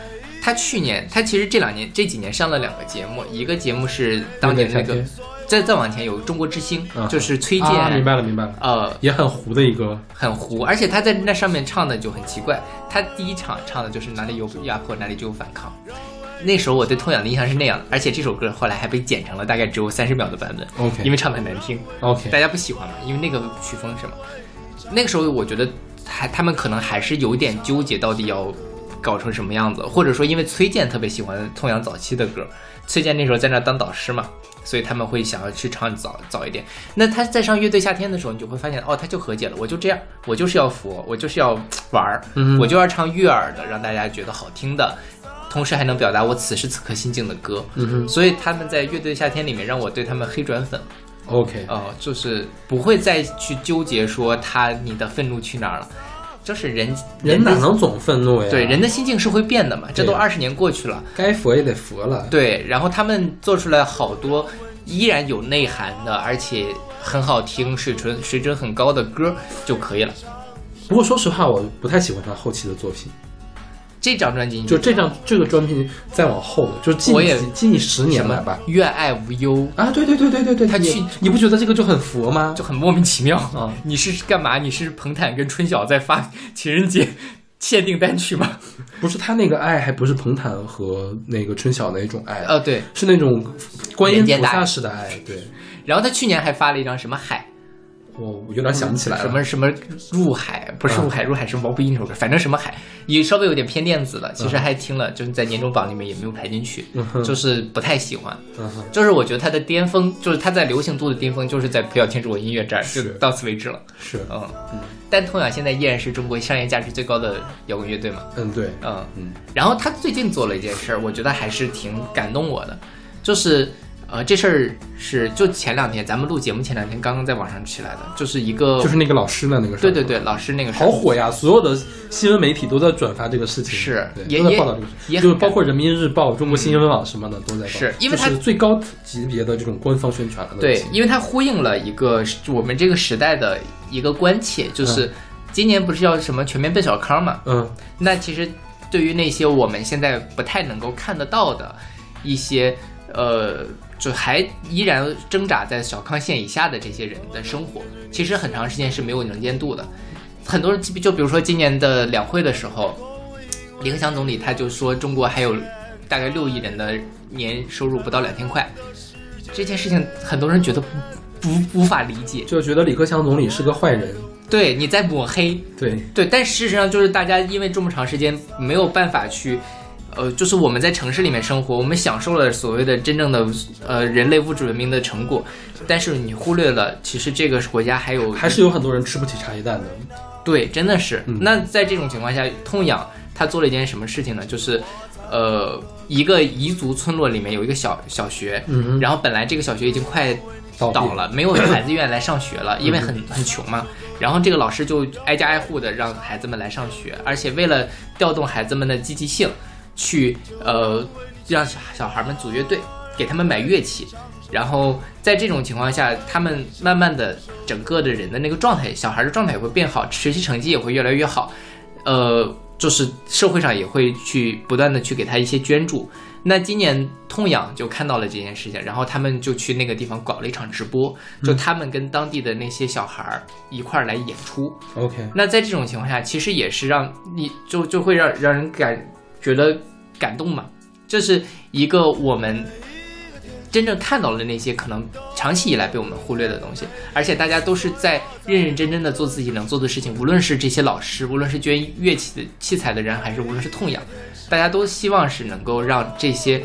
他其实这几年上了2个节目，一个节目是当年那个，再往前有中国之星，就是崔健， 明白了，也很糊的一个， 很糊，而且他在那上面唱的就很奇怪，他第一场唱的就是哪里有压迫哪里就有反抗。那时候我对痛仰的印象是那样的，而且这首歌后来还被剪成了大概只有30秒的版本 ，OK， 因为唱的很难听 ，OK， 大家不喜欢嘛，因为那个曲风是嘛。那个时候我觉得他们可能还是有点纠结，到底要搞成什么样子，或者说因为崔健特别喜欢痛仰早期的歌，崔健那时候在那当导师嘛，所以他们会想要去唱早一点。那他在上乐队夏天的时候，你就会发现他就和解了，我就这样，我就是要佛，我就是要玩，我就要唱悦耳的，让大家觉得好听的，同时还能表达我此时此刻心境的歌。所以他们在乐队夏天里面让我对他们黑转粉。 OK， 就是不会再去纠结说你的愤怒去哪儿了，就是人哪能总愤怒呀？ 对，人的心境是会变的嘛，这都20年过去了， 该佛也得佛了。 对，然后他们做出来好多依然有内涵的，而且很好听、水准很高的歌就可以了。 不过说实话，我不太喜欢他后期的作品。 这张专辑就这个专辑再往后的，就是近10年了吧。 愿爱无忧啊，对，他你不觉得这个就很佛吗？ 就很莫名其妙啊！你是干嘛？你是彭坦跟春晓在发情人节限定单曲吗？ 不是，他那个爱还不是彭坦和那个春晓那种爱对， 是那种观音菩萨式的爱。对， 然后他去年还发了一张什么海。 我有点想不起来了，什么入海，不是入海，入海是毛不易那首歌，反正什么海也稍微有点偏电子了，其实还听了，就是在年终榜里面也没有排进去，就是不太喜欢，就是我觉得他的巅峰，就是他在流行度的巅峰，就是在不要停止我音乐这儿，就到此为止了。 是， 但痛仰现在依然是中国商业价值最高的摇滚乐队嘛， 对， 然后他最近做了一件事，我觉得还是挺感动我的，就是。这事儿是就前2天咱们录节目前2天刚刚在网上起来的，就是那个老师的那个事儿。 对，老师那个事好火呀！所有的新闻媒体都在转发这个事情， 是都在报道这个事情，就是包括人民日报、中国新闻网什么的都在报， 是因为它是最高级别的这种官方宣传了。 对，因为它呼应了一个我们这个时代的一个关切，就是今年不是要什么全面奔小康嘛？那其实对于那些我们现在不太能够看得到的一些就还依然挣扎在小康线以下的这些人的生活，其实很长时间是没有能见度的。很多人就比如说今年的两会的时候，李克强总理他就说中国还有大概6亿人的年收入不到2000块，这件事情很多人觉得无法理解， 就觉得李克强总理是个坏人。 对，你在抹黑。对，但事实上就是大家因为这么长时间没有办法去就是我们在城市里面生活，我们享受了所谓的真正的人类物质文明的成果，但是你忽略了其实这个国家还是有很多人吃不起茶叶蛋的。 对，真的是。那在这种情况下，痛仰他做了一件什么事情呢？就是一个彝族村落里面有一个小学，然后本来这个小学已经快倒了，没有孩子愿意来上学了，因为很穷嘛。然后这个老师就挨家挨户的让孩子们来上学，而且为了调动孩子们的积极性，去让小孩们组乐队，给他们买乐器，然后在这种情况下，他们慢慢的整个的人的那个状态，小孩的状态也会变好，学习成绩也会越来越好，就是社会上也会去不断的去给他一些捐助。那今年痛仰就看到了这件事情，然后他们就去那个地方搞了一场直播，就他们跟当地的那些小孩一块儿来演出。 OK， 那在这种情况下，其实也是让你就会让人觉得感动嘛，这是一个我们真正看到了那些可能长期以来被我们忽略的东西，而且大家都是在认认真真的做自己能做的事情，无论是这些老师，无论是捐乐器的器材的人，还是无论是痛仰，大家都希望是能够让这些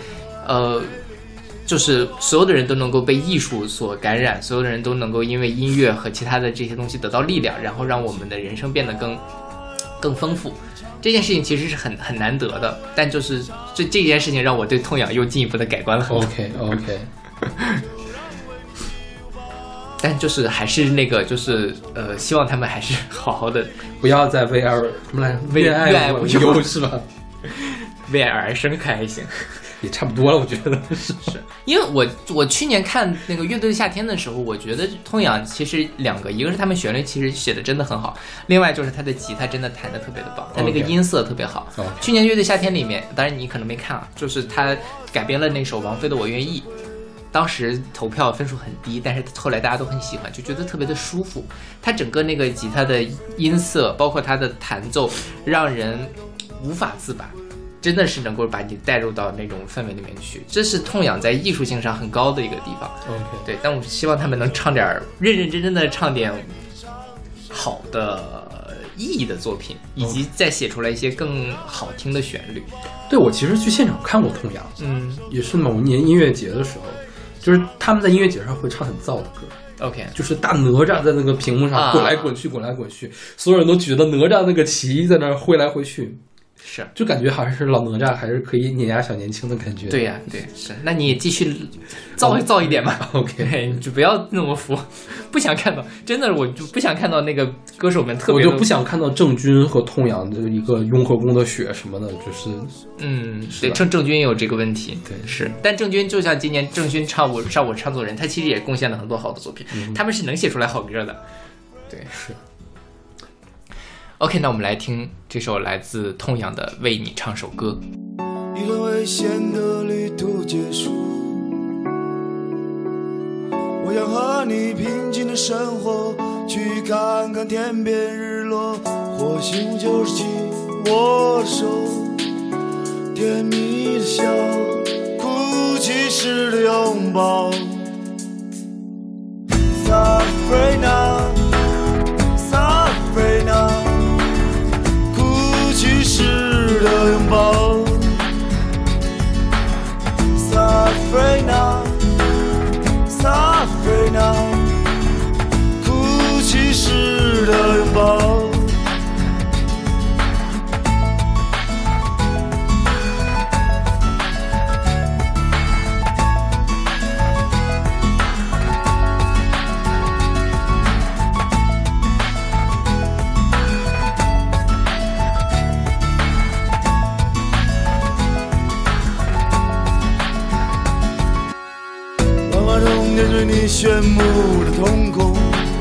就是所有的人都能够被艺术所感染，所有的人都能够因为音乐和其他的这些东西得到力量，然后让我们的人生变得更丰富。这件事情其实是很难得的，但就是这件事情让我对痛仰又进一步的改观了很多。 OK 但就是还是那个就是希望他们还是好好的， 不要再为爱无忧是吧？ 为爱而生还行。 也差不多了，我觉得是。 因为我去年看那个乐队的夏天的时候，我觉得痛仰其实两个，一个是他们旋律其实写的真的很好，另外就是他的吉他真的弹的特别的棒，他那个音色特别好。去年乐队夏天里面，当然你可能没看啊，就是他改编了那首王菲的《我愿意》，当时投票分数很低，但是后来大家都很喜欢，就觉得特别的舒服。他整个那个吉他的音色，包括他的弹奏，让人无法自拔。真的是能够把你带入到那种氛围里面去，这是痛仰在艺术性上很高的一个地方。 OK， 对，但我希望他们能唱点认认真真的唱点好的意义的作品，以及再写出来一些更好听的旋律。 对，我其实去现场看过痛仰，也是某年音乐节的时候，就是他们在音乐节上会唱很燥的歌。 OK， 就是大哪吒在那个屏幕上滚来滚去，滚来滚去，所有人都举着哪吒那个旗在那儿挥来挥去。 是， 就感觉好像是老哪吒还是可以碾压小年轻的感觉。 对呀，对，是。那你也继续造一点嘛。 OK， 你就不要那么服，不想看到，真的我就不想看到那个歌手们特别， 我就不想看到郑钧和痛仰的一个雍和宫的雪什么的，就是对，郑钧也有这个问题， 对， 是。但郑钧就像今年郑钧唱我唱作人，他其实也贡献了很多好的作品，他们是能写出来好歌的。对， 是。 OK， 那我们来听这首来自痛仰的《为你唱首歌》。 一段危险的旅途结束，我想和你平静的生活，去看看天边日落，或许就是紧握手，甜蜜的笑，哭泣时的拥抱。Safrina， Safrina， 哭泣时的拥抱。Safrina， Safrina， 哭泣时的拥抱。对你炫目的瞳孔，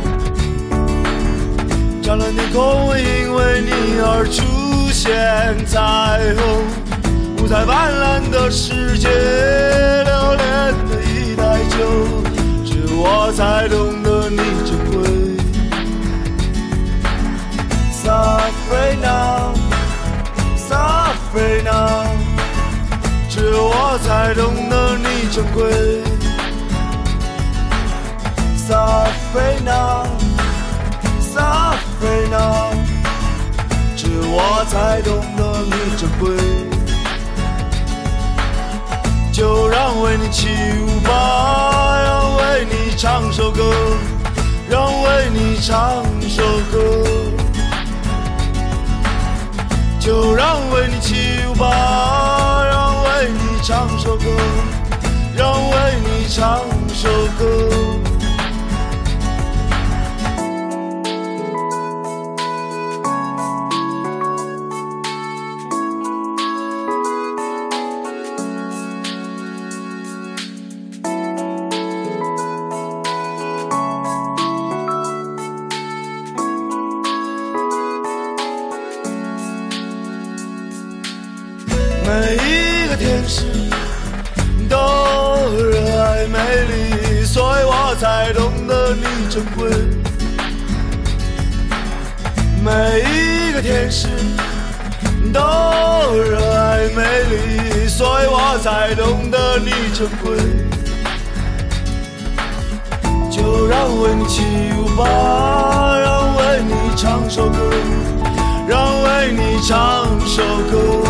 湛蓝天空因为你而出现彩虹，五彩斑斓的世界，留恋的一袋酒，只我才懂得你珍贵。Safrina， Safrina， 只我才懂得你珍贵。Safrina， Safrina， 只我才懂得你珍贵。就让为你起舞吧，让为你唱首歌，让为你唱首歌。就让为你起舞吧，让为你唱首歌，让为你唱首歌。每一个天使都热爱美丽，所以我才懂得你珍贵。每一个天使都热爱美丽，所以我才懂得你珍贵。就让为你起舞吧，让为你唱首歌，让为你唱首歌。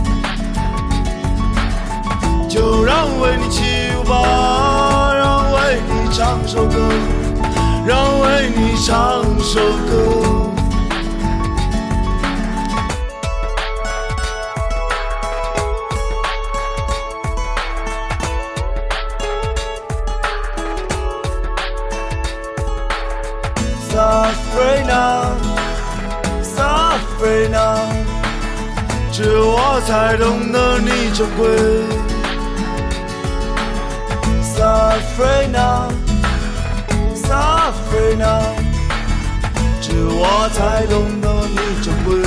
就让为你起舞吧，让为你唱首歌，让为你唱首歌。Safrina， Safrina， 只我才懂得你珍贵。 Safrina Safrina， 只我才懂得你珍贵，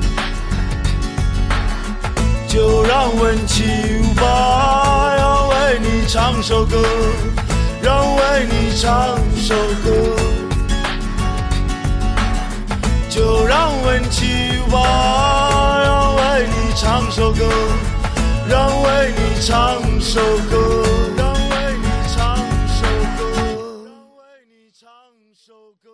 就让温起舞吧，要为你唱首歌，让为你唱首歌，就让温起舞吧，要为你唱首歌，让为你唱首歌，让为你唱首歌，让为你唱首歌。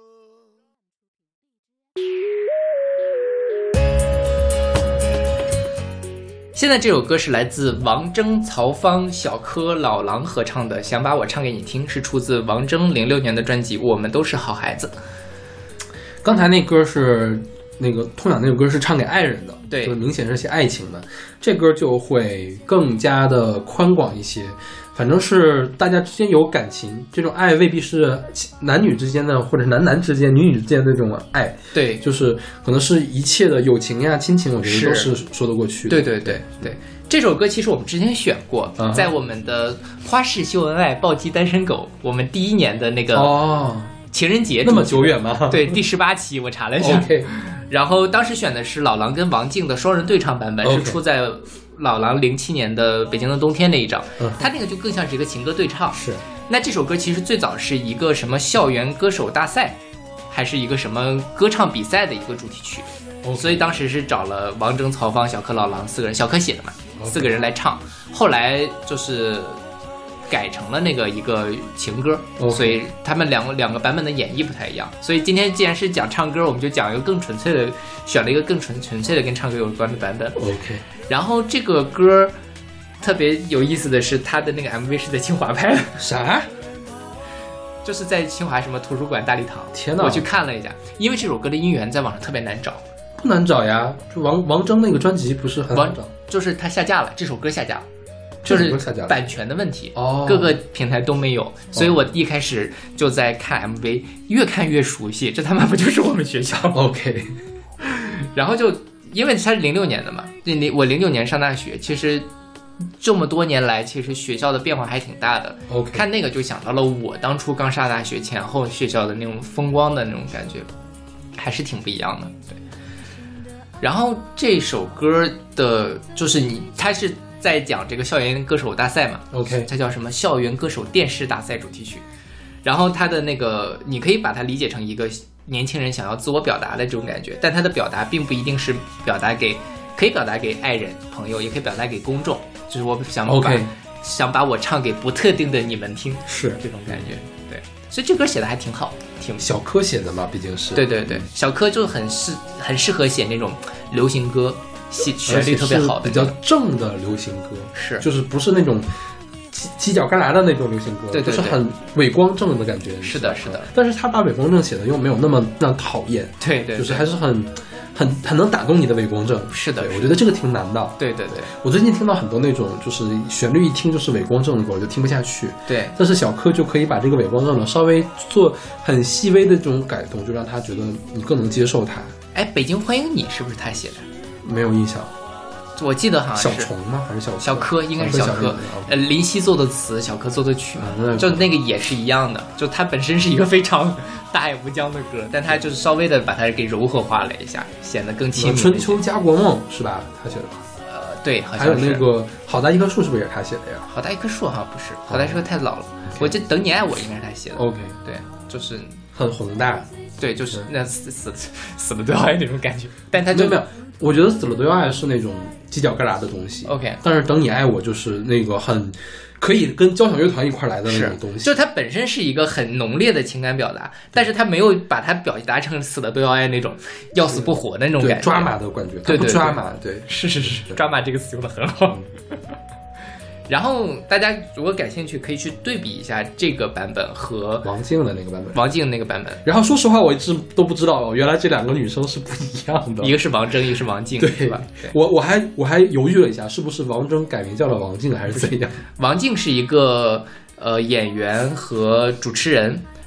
现在这首歌是来自王铮、曹芳、小柯、老狼合唱的《想把我唱给你听》，是出自王铮06年的专辑《我们都是好孩子》。 刚才那歌是那个痛痒那首歌是唱给爱人的， 对， 就明显是写爱情的。这歌就会更加的宽广一些，反正是大家之间有感情，这种爱未必是男女之间的，或者男男之间、女女之间的这种爱， 对， 就是可能是一切的友情呀、亲情，我觉得都是说得过去的。 对对对对，这首歌其实我们之前选过，在我们的花式秀恩爱、暴击单身狗，我们第1年的那个情人节， 那么久远吗？ 对，第18期我查了一下。 Okay. 然后当时选的是老狼跟王静的双人对唱版本， Okay. 是出在老狼07年的《北京的冬天》那一张，他那个就更像是一个情歌对唱。 是。 那这首歌其实最早是一个什么校园歌手大赛，还是一个什么歌唱比赛的一个主题曲，所以当时是找了王铮、曹芳、小柯、老狼4个人，小柯写的嘛，4个人来唱。后来就是改成了那个一个情歌，所以他们两个版本的演绎不太一样。所以今天既然是讲唱歌，我们就讲一个更纯粹的，选了一个更纯粹的跟唱歌有关的版本。 OK。 然后这个歌特别有意思的是，他的那个 MV 是在清华拍的。 啥？ 就是在清华什么图书馆大礼堂。 天哪！ 我去看了一下，因为这首歌的音源在网上特别难找。 不难找呀，就王铮那个专辑不是很难找， 就是他下架了，这首歌下架了。就是版权的问题，各个平台都没有，所以我一开始就在看 MV， 越看越熟悉，这他妈不就是我们学校 ？OK。 然后就因为他是06年的嘛，我06年上大学，其实这么多年来，其实学校的变化还挺大的。 OK。 看那个就想到了我当初刚上大学前后学校的那种风光的那种感觉，还是挺不一样的。对。然后这首歌的就是他是在讲这个校园歌手大赛嘛 ，OK， 它叫什么校园歌手电视大赛主题曲。然后它的那个，你可以把它理解成一个年轻人想要自我表达的这种感觉，但他的表达并不一定是可以表达给爱人、朋友，也可以表达给公众。就是我想把我唱给不特定的你们听， 是这种感觉。对，所以这歌写的还挺好，挺小柯写的嘛，毕竟是。 对对对，小柯就很适合写那种流行歌。旋律特别好的， 比较正的流行歌， 是就是不是那种犄角旮旯的那种流行歌， 对对对， 就是很伟光正的感觉。 是的，是的。 但是他把伟光正写的又没有那么让讨厌， 对对， 就是还是很能打动你的伟光正。 是的， 我觉得这个挺难的。 对对对， 我最近听到很多那种就是旋律一听就是伟光正的歌，我就听不下去。 对， 但是小柯就可以把这个伟光正的稍微做很细微的这种改动，就让他觉得你更能接受他。 哎，北京欢迎你是不是他写的？ 没有印象， 我记得好像是小虫吗？还是小柯？应该是小柯。林夕作的词，小柯作的曲，就那个也是一样的。就它本身是一个非常大爱无疆的歌，但它就是稍微的把它给柔和化了一下，显得更亲民。 春秋家国梦是吧？他写的吧？ 对，好像是。 还有那个好大一棵树是不是也是他写的呀？ 好大一棵树好像不是，好大一棵太老了。我就等你爱我应该是他写的。 OK， 对，就是很宏大。 对，就是那死了都要爱那种感觉，但他就没有。我觉得死了都要爱是那种犄角旮旯的东西 ，OK。 但是等你爱我就是那个很可以跟交响乐团一块来的那种东西， 就它本身是一个很浓烈的情感表达，但是它没有把它表达成死了都要爱那种要死不活的那种感觉， 抓马的感觉， 对对， 抓马，对， 是，抓马这个词用的很好。然后大家如果感兴趣，可以去对比一下这个版本和王静的那个版本。 王静那个版本。 然后说实话，我一直都不知道，原来这两个女生是不一样的， 一个是王铮，一个是王静， 对， 是吧？对， 我还犹豫了一下，是不是王铮改名叫了王静，还是怎样？ 王静是一个演员和主持人。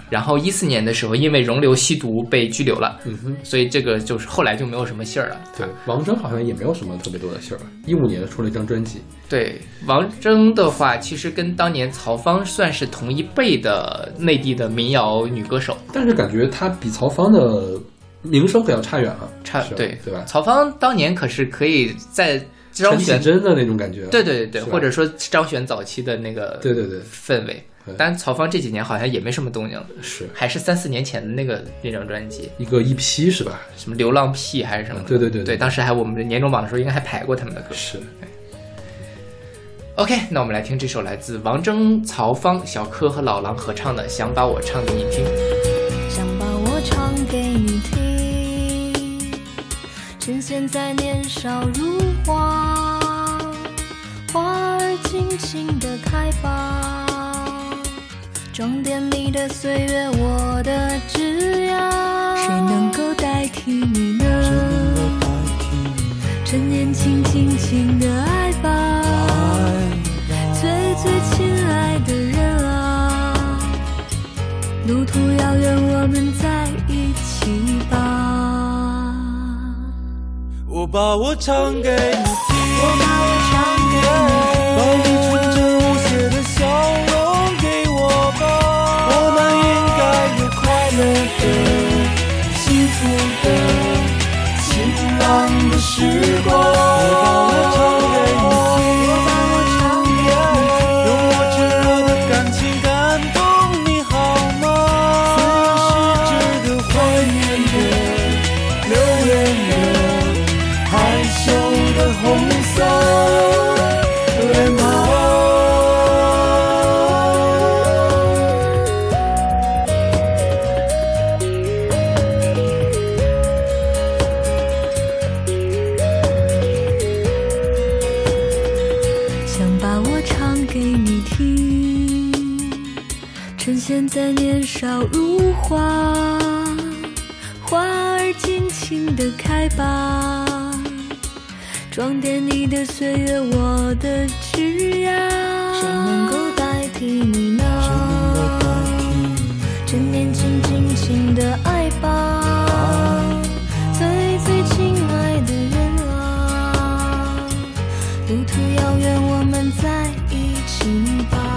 然后14年的时候因为容留吸毒被拘留了，所以这个就是后来就没有什么信儿了。 对，王铮好像也没有什么特别多的信儿，15年出了一张专辑。 对，王铮的话，其实跟当年曹芳算是同一辈的内地的民谣女歌手， 但是感觉她比曹芳的名声可要差远了， 对吧？ 曹芳当年可是可以在张悬真的那种感觉， 对，或者说张悬早期的那个对氛围。但曹芳这几年好像也没什么动静了， 是还是3-4年前的那张专辑， 一个 EP 是吧？ 什么流浪屁还是什么的？对，当时还我们的年终榜的时候应该还排过他们的歌。 是。 OK， 那我们来听这首来自王铮、曹芳、小柯和老狼合唱的《想把我唱给你听》。 想把我唱给你听，趁现在年少如花，花儿尽情地开吧，装点你的岁月，我的枝桠，谁能够代替你呢？趁年轻轻轻地爱吧，最最亲爱的人啊，路途遥远，我们在一起吧。 我把我唱给你听， 我把我唱给你听， 把你纯真无邪的笑容给我吧，我们应该有快乐的、幸福的、晴朗的时光。 现在年少如花，花儿尽情地开吧，装点你的岁月，我的枝桠，谁能够代替你呢？趁年轻尽情地爱吧，最最亲爱的人啊，路途遥远，我们在一起吧。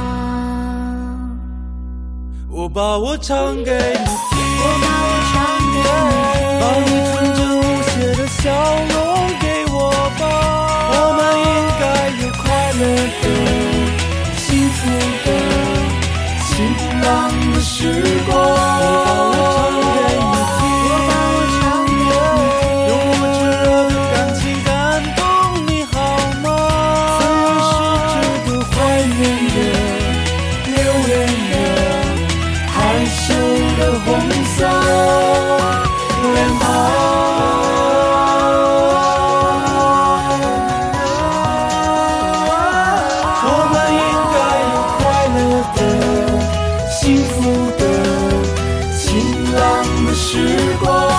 我把我唱给你听， 我把我唱给你听， 把你纯真无邪的笑容给我吧，我们应该有快乐的、幸福的、晴朗的时光。我把我唱给你听，用我炙热的感情感动你好吗？虽然是这个怀念的、留恋的、害羞的红色脸庞，我们应该有快乐的、幸福的、晴朗的时光。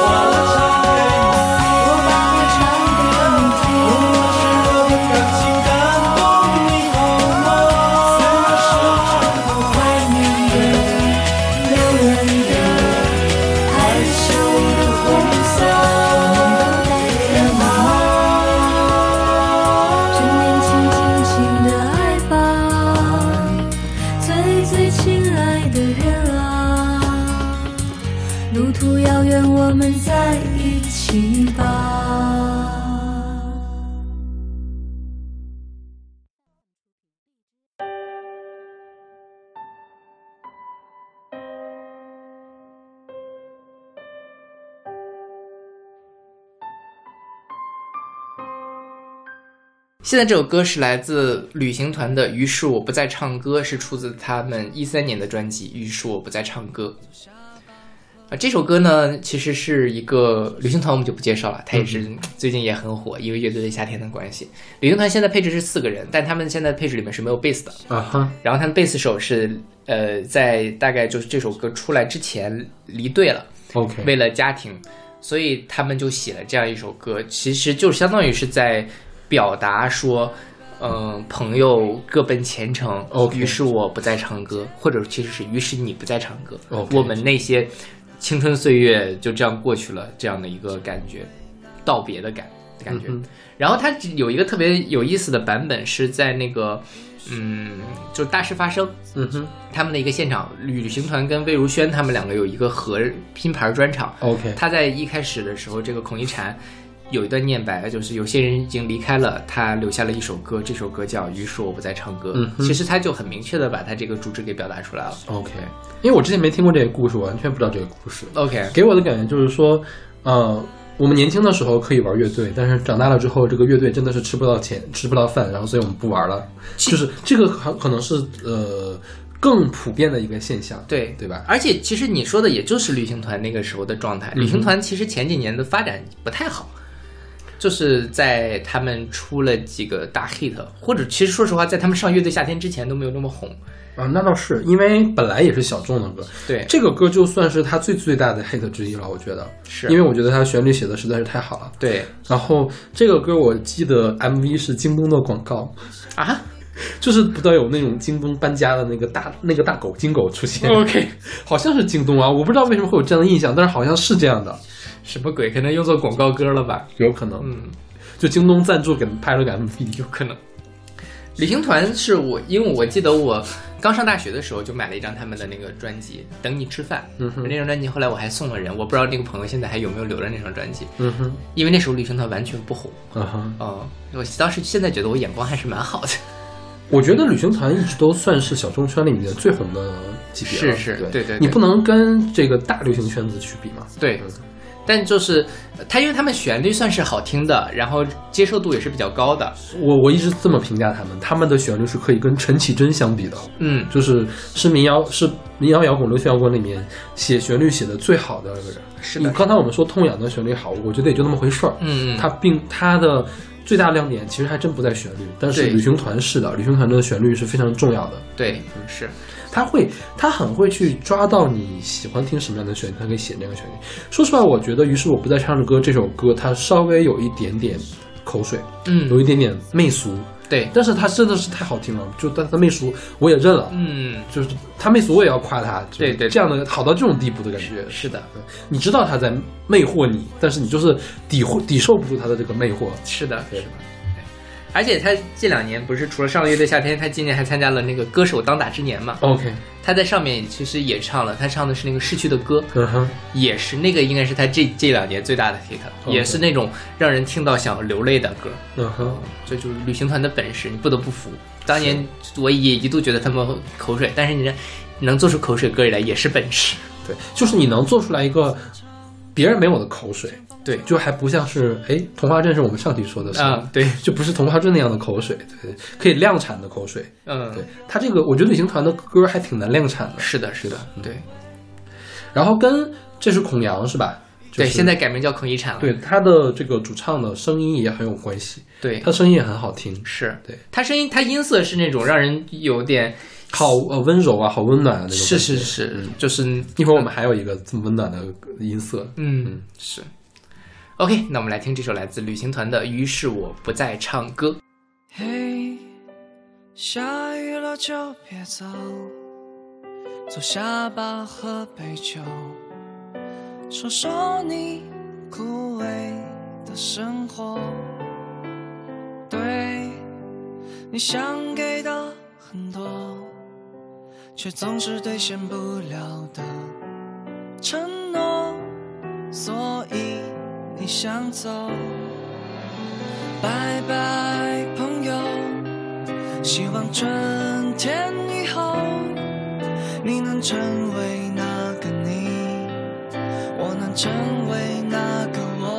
路途遥远，我们在一起吧。 现在这首歌是来自旅行团的《于是我不再唱歌》，是出自他们13年的专辑《于是我不再唱歌》。这首歌呢，其实是一个旅行团，我们就不介绍了，它也是最近也很火，因为乐队的夏天的关系。旅行团现在配置是4个人，但他们现在配置里面是没有贝斯的然后他们贝斯手是在大概就是这首歌出来之前离队了 ，OK， 为了家庭，所以他们就写了这样一首歌，其实就相当于是在表达说， 朋友各奔前程， OK 于是我不再唱歌，或者其实是于是你不再唱歌， OK 我们那些青春岁月就这样过去了，这样的一个感觉，道别的感觉。然后它有一个特别有意思的版本是在那个就是大事发生，他们的一个现场，旅行团跟魏如萱他们两个有一个合拼盘专场。 OK 他在一开始的时候，这个孔一禅有一段念白，就是有些人已经离开了，他留下了一首歌，这首歌叫《于是我不再唱歌》。其实他就很明确的把他这个主旨给表达出来了。 OK， 因为我之前没听过这个故事，我完全不知道这个故事。 OK， 给我的感觉就是说，我们年轻的时候可以玩乐队，但是长大了之后，这个乐队真的是吃不到钱，吃不到饭，然后所以我们不玩了。就是这个可能是更普遍的一个现象， 对吧？ 而且其实你说的也就是旅行团那个时候的状态。旅行团其实前几年的发展不太好，就是在他们出了几个大 hit， 或者其实说实话，在他们上乐队夏天之前都没有那么红。 那倒是，因为本来也是小众的歌。 对， 这个歌就算是他最大的 hit 之一了，我觉得是因为我觉得他旋律写的实在是太好了。 对， 然后这个歌我记得 MV 是京东的广告啊， 就是不知道有那种京东搬家的那个大狗金狗出现。 OK， 好像是京东啊，我不知道为什么会有这样的印象，但是好像是这样的。 什么鬼？可能用作广告歌了吧？ 有可能，就京东赞助给拍了个 MV， 有可能。旅行团是因为我记得我刚上大学的时候就买了一张他们的那个专辑《等你吃饭》，那张专辑后来我还送了人，我不知道那个朋友现在还有没有留着那张专辑。因为那时候旅行团完全不红。我当时现在觉得我眼光还是蛮好的。 我觉得旅行团一直都算是小众圈里面最红的级别了。 是，对， 你不能跟这个大流行圈子去比嘛。 对。但就是因为他们旋律算是好听的，然后接受度也是比较高的。 我一直这么评价他们的旋律是可以跟陈绮贞相比的。就是民谣摇滚、流行摇滚里面写旋律写的最好的那个人。 是的。 刚才我们说痛痒的旋律好，我觉得也就那么回事儿。他的最大亮点其实还真不在旋律，但是旅行团是的，旅行团的旋律是非常重要的。 对，是。 他很会去抓到你喜欢听什么样的旋律，他可以写那个旋律。说实话，我觉得于是我不再唱着歌这首歌，它稍微有一点点口水，有一点点媚俗。 对， 但是他真的是太好听了，就但他媚俗我也认了。就是他媚俗我也要夸他。 对， 这样的好到这种地步的感觉。 是的， 你知道他在魅惑你，但是你就是抵受不住他的这个魅惑。 是的，是的。而且他这2年不是除了上了乐队夏天，他今年还参加了那个歌手当打之年嘛。 OK， 他在上面其实也唱了，他唱的是那个逝去的歌。也是那个应该是他这2年最大的 hit，也是那种让人听到想流泪的歌。这就是旅行团的本事，你不得不服。当年我也一度觉得他们口水，但是你能做出口水歌以来也是本事。 对，就是你能做出来一个别人没有的口水。 对， 就还不像是童话镇是我们上期说的对， 就不是童话镇那样的口水，对，可以量产的口水。对，他这个我觉得旅行团的歌还挺难量产的。 是的，对。 然后跟这是孔阳是吧？ 对，现在改名叫孔一禅了。 对，他的这个主唱的声音也很有关系。 对， 他声音也很好听。 是， 对， 他声音，他音色是那种让人有点好温柔啊，好温暖啊那种。 是，就是一会儿我们还有一个这么温暖的音色。 是。OK， 那我们来听这首来自旅行团的《于是我不再唱歌》。 嘿，下雨了就别走，坐下吧，喝杯酒，说说你枯萎的生活。对，你想给的很多，却总是兑现不了的承诺，所以你想走，拜拜朋友，希望春天以后你能成为那个你，我能成为那个我。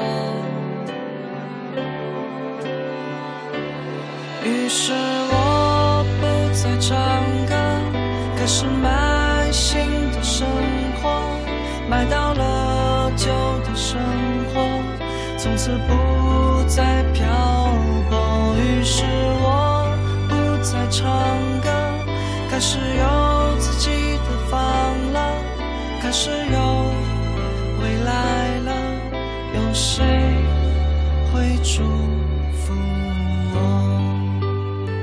于是我不再唱歌，开始买新的生活，买到了旧的生活，从此不再漂泊。于是我不再唱歌，开始有自己的房了，开始有未来了，有谁会祝福我？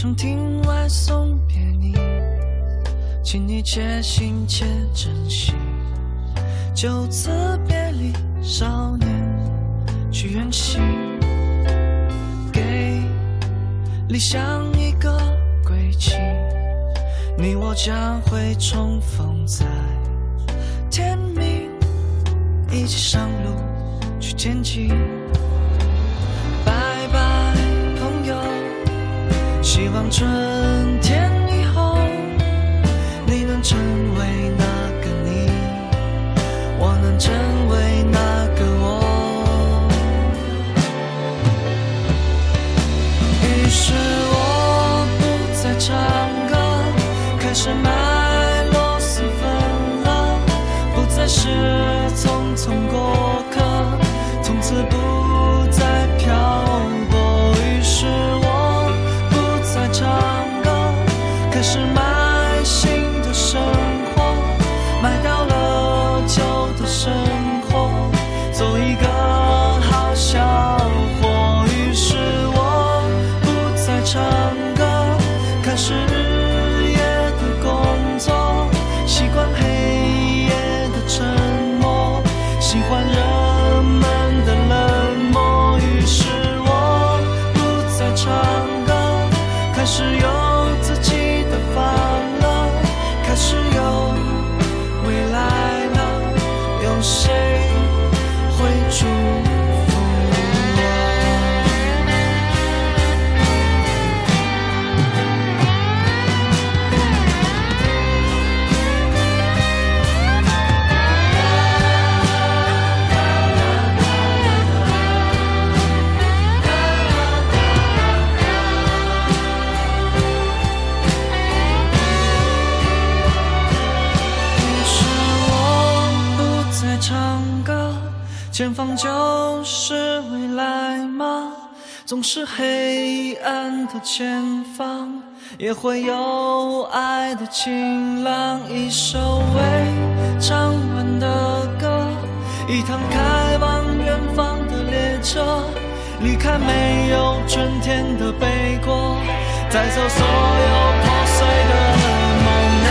长亭外送别你，请你且行且珍惜。就此别离，少年去远行，给理想一个归期。你我将会重逢在天明，一起上路去前进。拜拜朋友，希望春天以后你能成为那个你，我能成为那个我。于是我不再唱歌，开始买螺蛳粉了，不再是匆匆过客，从此不再漂泊。于是我不再唱歌，开始买新的生活，卖掉了旧的生活，做一个好小伙。于是我不再唱歌，开始日夜的工作，习惯黑夜的沉默，喜欢人们的冷漠。于是我不再唱歌，开始有自己的房了，开始有未来了，有谁会祝福我？前方就是未来吗？总是黑暗的前方，也会有爱的晴朗。一首未唱完的歌，一趟开往远方的列车，离开没有春天的北国，带走所有破碎的梦。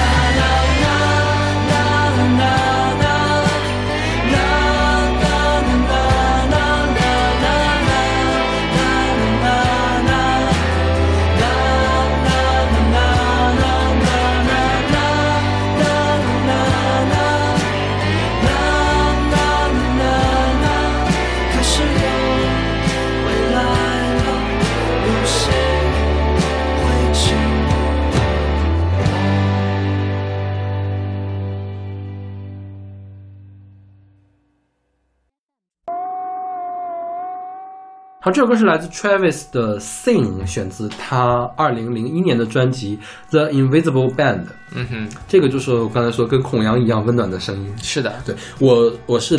好，这首歌是来自 Travis 的 Sing， 选自他2001年的专辑 The Invisible Band。这个就是我刚才说跟孔阳一样温暖的声音。 是的， 对，我是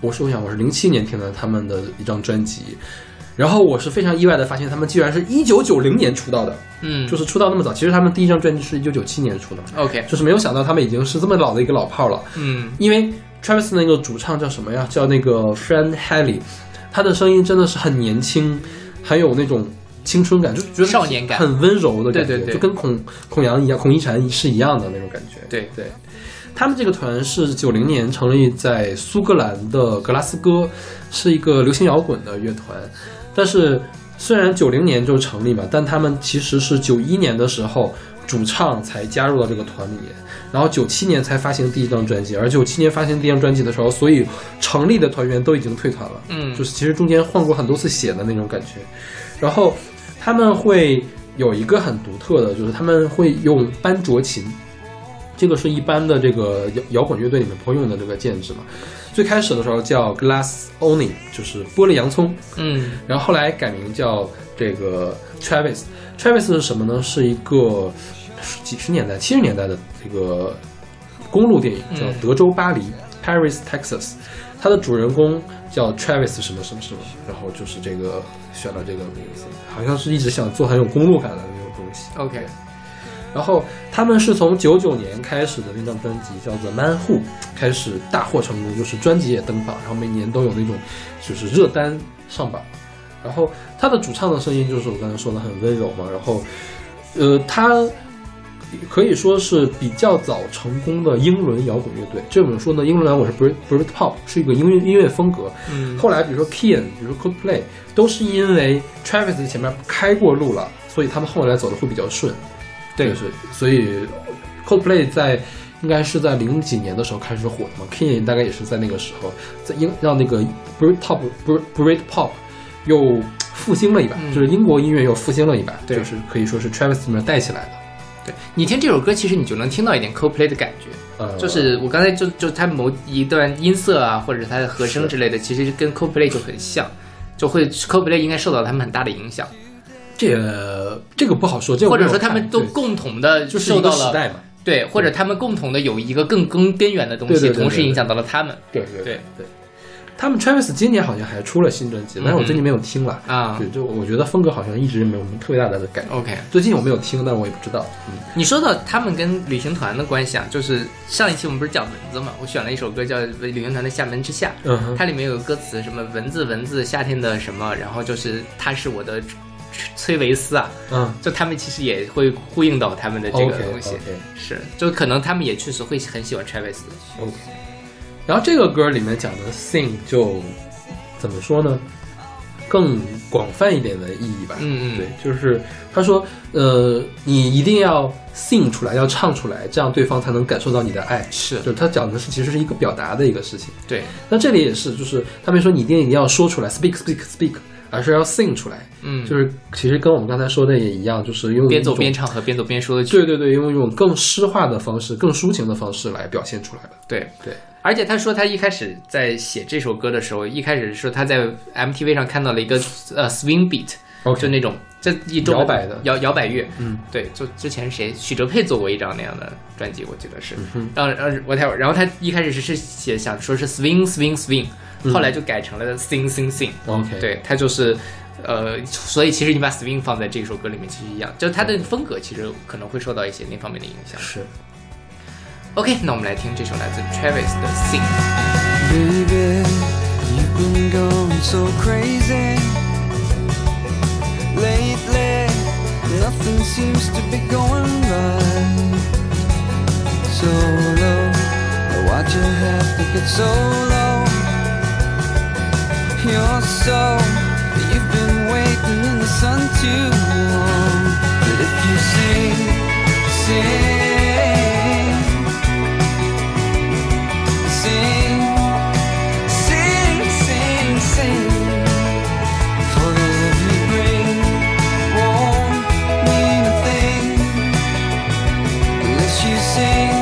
07年听的他们的一张专辑，然后我是非常意外的发现他们居然是1990年出道的，就是出道那么早。其实他们第一张专辑是1997年出的。 OK， 就是没有想到他们已经是这么老的一个老炮了。因为 Travis 那个主唱叫什么呀？叫那个 Fran Haley。他的声音真的是很年轻，很有那种青春感，就觉得少年感， 很温柔的感觉， 对， 就跟孔阳一样，孔一婵是一样的那种感觉。 对， 他们这个团是90年成立在苏格兰的格拉斯哥，是一个流行摇滚的乐团。但是虽然90年就成立嘛，但他们其实是91年的时候主唱才加入到这个团里面，然后97年才发行第一张专辑，而97年发行第一张专辑的时候，所以成立的团员都已经退团了，就是其实中间换过很多次血的那种感觉。然后他们会有一个很独特的，就是他们会用班卓琴，这个是一般的这个摇滚乐队里面不会用的这个介质嘛。最开始的时候叫 Glass Onion， 就是玻璃洋葱，然后后来改名叫这个 Travis 是什么呢？是一个70年代的这个公路电影，叫《德州巴黎》（Paris, Texas）。它的主人公叫 Travis 什么什么什么，然后就是这个选了这个名字，好像是一直想做很有公路感的那种东西。 OK。 然后他们是从99年开始的那张专辑叫做 Man Who 开始大获成功，就是专辑也登榜，然后每年都有那种就是热单上榜。然后他的主唱的声音就是我刚才说的很温柔嘛，然后他可以说是比较早成功的英伦摇滚乐队。这种说呢，英伦摇滚是 Britpop， 是一个音乐风格。后来比如说 Keane， 比如说 Coldplay， 都是因为 Travis 前面开过路了，所以他们后来走的会比较顺。 对， 就是所以 Coldplay 应该是在00几年的时候开始火的嘛。Keane 大概也是在那个时候，让那个 Britpop 又复兴了一把，就是英国音乐又复兴了一把，就是可以说是 Travis 里面带起来的。 对，你听这首歌，其实你就能听到一点 Coldplay 的感觉，就是我刚才就它某一段音色啊，或者它的和声之类的，其实跟 Coldplay 就很像，就会 Coldplay 应该受到他们很大的影响。 这个不好说，这个或者说他们都共同的就是受到了一个时代嘛， 对，或者他们共同的有一个更边缘的东西，同时影响到了他们。 对。他们 Travis 今年好像还出了新专辑，但是我最近没有听了啊。 就我觉得风格好像一直没有特别大的改变。 OK， 最近我没有听，但是我也不知道。 你说到他们跟旅行团的关系啊，就是上一期我们不是讲蚊子嘛，我选了一首歌叫《旅行团的厦门之夏》，它里面有个歌词什么蚊子夏天的什么，然后就是它是我的崔维斯啊，就他们其实也会呼应到他们的这个东西，是，就可能他们也确实会很喜欢 Travis。 OK。然后这个歌里面讲的 sing 就怎么说呢，更广泛一点的意义吧。对，就是他说你一定要 sing 出来，要唱出来，这样对方才能感受到你的爱。 是， 就是他讲的是其实是一个表达的一个事情。 对， 那这里也是，就是他没说你一定要说出来 speak， 而是要 sing 出来。就是其实跟我们刚才说的也一样，就是用边走边唱和边走边说的曲。 对，用一种更诗化的方式，更抒情的方式来表现出来的。 对。而且他说他一开始在写这首歌的时候，一开始说他在 MTV 上看到了一个swing beat， 就那种这一种摇摆的摇摆乐。对，就之前谁许哲佩做过一张那样的专辑，我记得是。然后他一开始是想说是 swing， 后来就改成了 sing。 OK， 对，他就是所以其实你把 swing 放在这首歌里面其实一样，就是他的风格其实可能会受到一些那方面的影响。 是。 OK， 那我们来听这首来自 Travis 的 Sing。 Baby, you've been going so crazy lately. Nothing seems to be going right. So low, why'd you have to get so low? You're so, you've been waiting in the sun too long. But if you sing for the love you bring won't mean a thing unless you sing.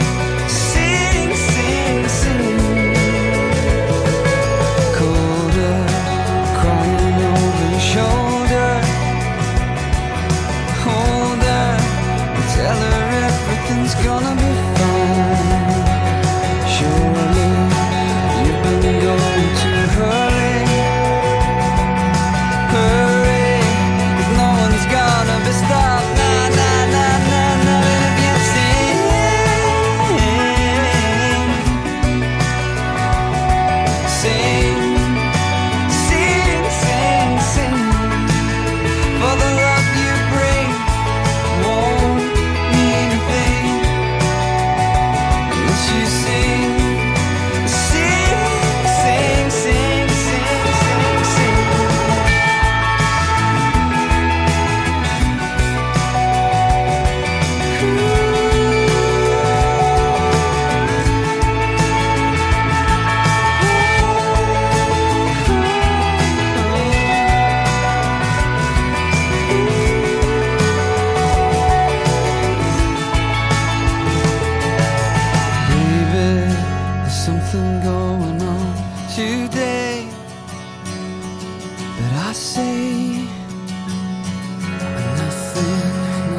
Colder, crying over your shoulder. Hold her and tell her everything's gonna be fine. Surely you've been going too early. Hurry, if no one's gonna be stopped. Nah, nah, nah, nah, nah. And if you sing, for the love you bring won't mean a thing unless you sing. Something going on today, but I say nothing.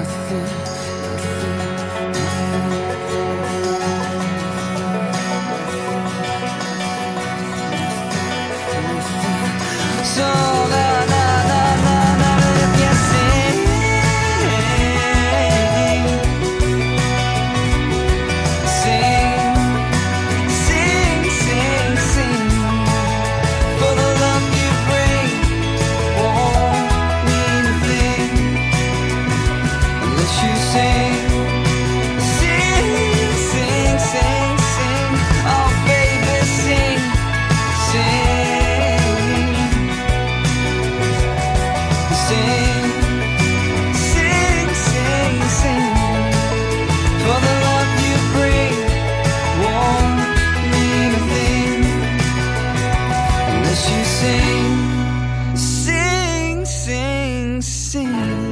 So na na na na na, if you sing, for the love you bring won't mean a thing sing, sing, sing, sing. For the love you bring won't mean a thing unless you sing, sing, sing, sing.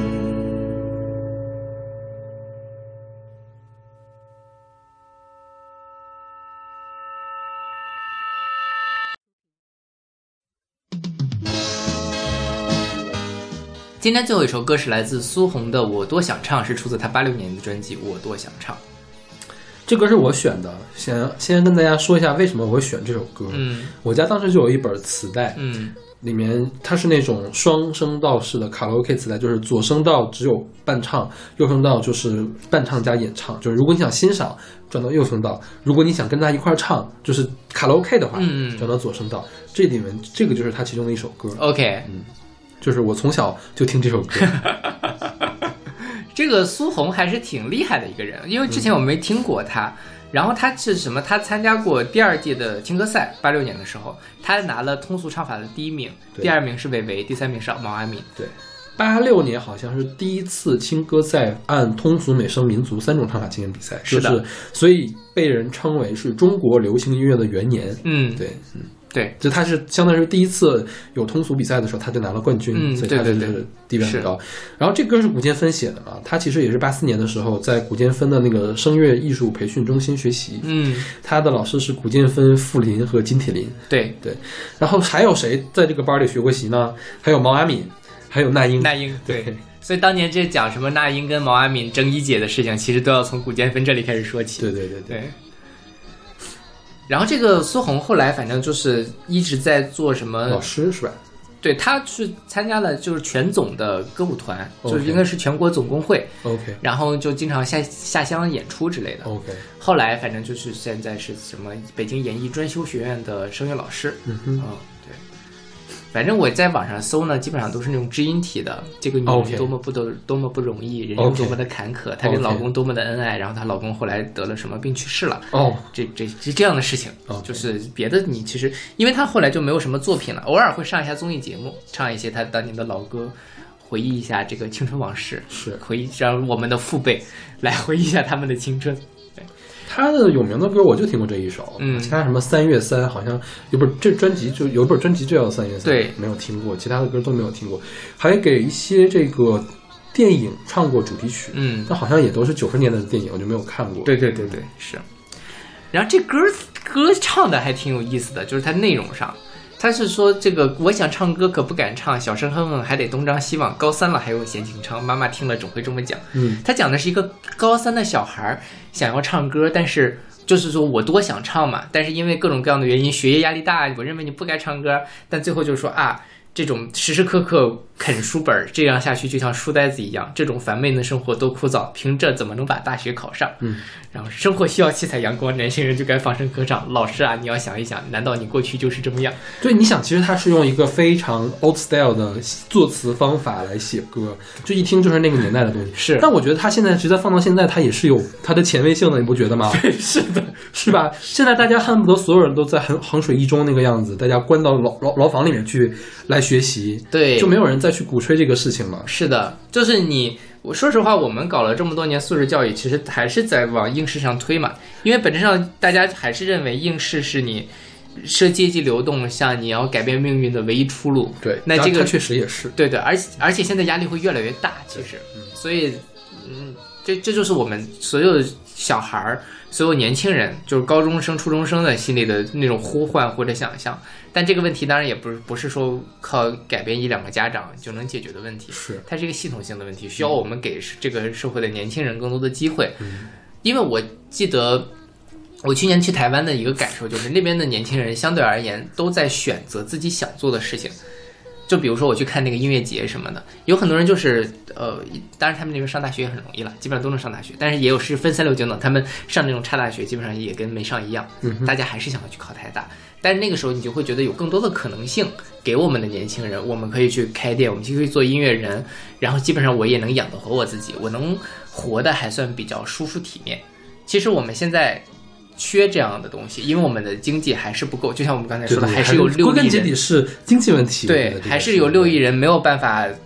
今天最后一首歌是来自苏红的《我多想唱》，是出自他86年的专辑《我多想唱》。 这歌是我选的，先跟大家说一下为什么我会选这首歌。我家当时就有一本磁带，里面它是那种双声道式的卡拉 OK 磁带，就是左声道只有伴唱，右声道就是伴唱加演唱。就是如果你想欣赏，转到右声道；如果你想跟他一块唱，就是卡拉 OK 的话，转到左声道。这里面这个就是它其中的一首歌。 OK， 就是我从小就听这首歌。 这个苏红还是挺厉害的一个人，因为之前我没听过他。然后他是什么？他参加过第2届的青歌赛，86年的时候，他拿了通俗唱法的第1名，第2名是韦唯，第3名是毛阿敏。 对，86年好像是第一次青歌赛按通俗、美声、民族3种唱法进行比赛， 是的， 就是所以被人称为是中国流行音乐的元年。对，就他是相当于是第一次有通俗比赛的时候，他就拿了冠军，所以他就是地位很高。然后这歌是古建芬写的嘛，他其实也是84年的时候在古建芬的那个声乐艺术培训中心学习。他的老师是古建芬、傅林和金铁林。对。然后还有谁在这个班里学过习呢？还有毛阿敏，还有那英。对。 所以当年这讲什么那英跟毛阿敏争一姐的事情，其实都要从古建芬这里开始说起。对。然后这个苏红后来反正就是一直在做什么老师是吧？ 对，他是参加了就是全总的歌舞团，就是应该是全国总工会。然后就经常下乡演出之类的。后来反正就是现在是什么北京演艺专修学院的声乐老师。对。反正我在网上搜呢，基本上都是那种知音体的。这个女人多么不容易，人生多么的坎坷，她跟老公多么的恩爱，然后她老公后来得了什么病去世了。这样的事情，就是别的你其实，因为她后来就没有什么作品了，偶尔会上一下综艺节目，唱一些她当年的老歌，回忆一下这个青春往事，回忆让我们的父辈来回忆一下他们的青春。 他的有名的歌我就听过这一首，其他什么3月3好像有本专辑就叫3月3，对，没有听过，其他的歌都没有听过，还给一些这个电影唱过主题曲，但好像也都是90年代的电影，我就没有看过。 对，是。然后这歌唱的还挺有意思的，就是它内容上。他是说这个我想唱歌可不敢唱，小声哼哼还得东张西望，高3了还有闲情唱，妈妈听了总会这么讲。他讲的是一个高3的小孩想要唱歌，但是就是说我多想唱嘛，但是因为各种各样的原因，学业压力大，我认为你不该唱歌，但最后就说啊，这种时时刻刻啃书本，这样下去就像书呆子一样，这种烦闷的生活多枯燥，凭这怎么能把大学考上？然后生活需要七彩阳光，年轻人就该放声歌唱。老师啊，你要想一想，难道你过去就是这么样？ 对，你想，其实他是用一个非常 old style 的作词方法来写歌，就一听就是那个年代的东西。 是， 但我觉得他现在直接放到现在，他也是有他的前卫性的，你不觉得吗？ 对，是的， 是吧？现在大家恨不得所有人都在衡水一中那个样子，大家关到牢房里面去来学习， 对， 就没有人再去鼓吹这个事情了。 是的，就是我说实话，我们搞了这么多年素质教育，其实还是在往应试上推嘛，因为本质上大家还是认为应试是你涉阶级流动向你要改变命运的唯一出路。 对， 那这个确实也是对的，而且现在压力会越来越大，其实，所以这就是我们所有小孩儿、所有年轻人，就是高中生、初中生的心里的那种呼唤或者想象。但这个问题当然也不是说靠改变1-2个家长就能解决的问题， 是它是一个系统性的问题，需要我们给这个社会的年轻人更多的机会。因为我记得我去年去台湾的一个感受就是那边的年轻人相对而言都在选择自己想做的事情。就比如说我去看那个音乐节什么的，有很多人就是当然他们那边上大学也很容易了，基本上都能上大学，但是也有是分3、6、9等，他们上那种差大学基本上也跟没上一样，大家还是想要去考台大。但是那个时候你就会觉得有更多的可能性给我们的年轻人，我们可以去开店，我们就可以做音乐人，然后基本上我也能养得活我自己，我能活得还算比较舒服体面。其实我们现在缺这样的东西，因为我们的经济还是不够，就像我们刚才说的，还是有6亿人， 归根结底是经济问题。 对，还是有6亿人没有办法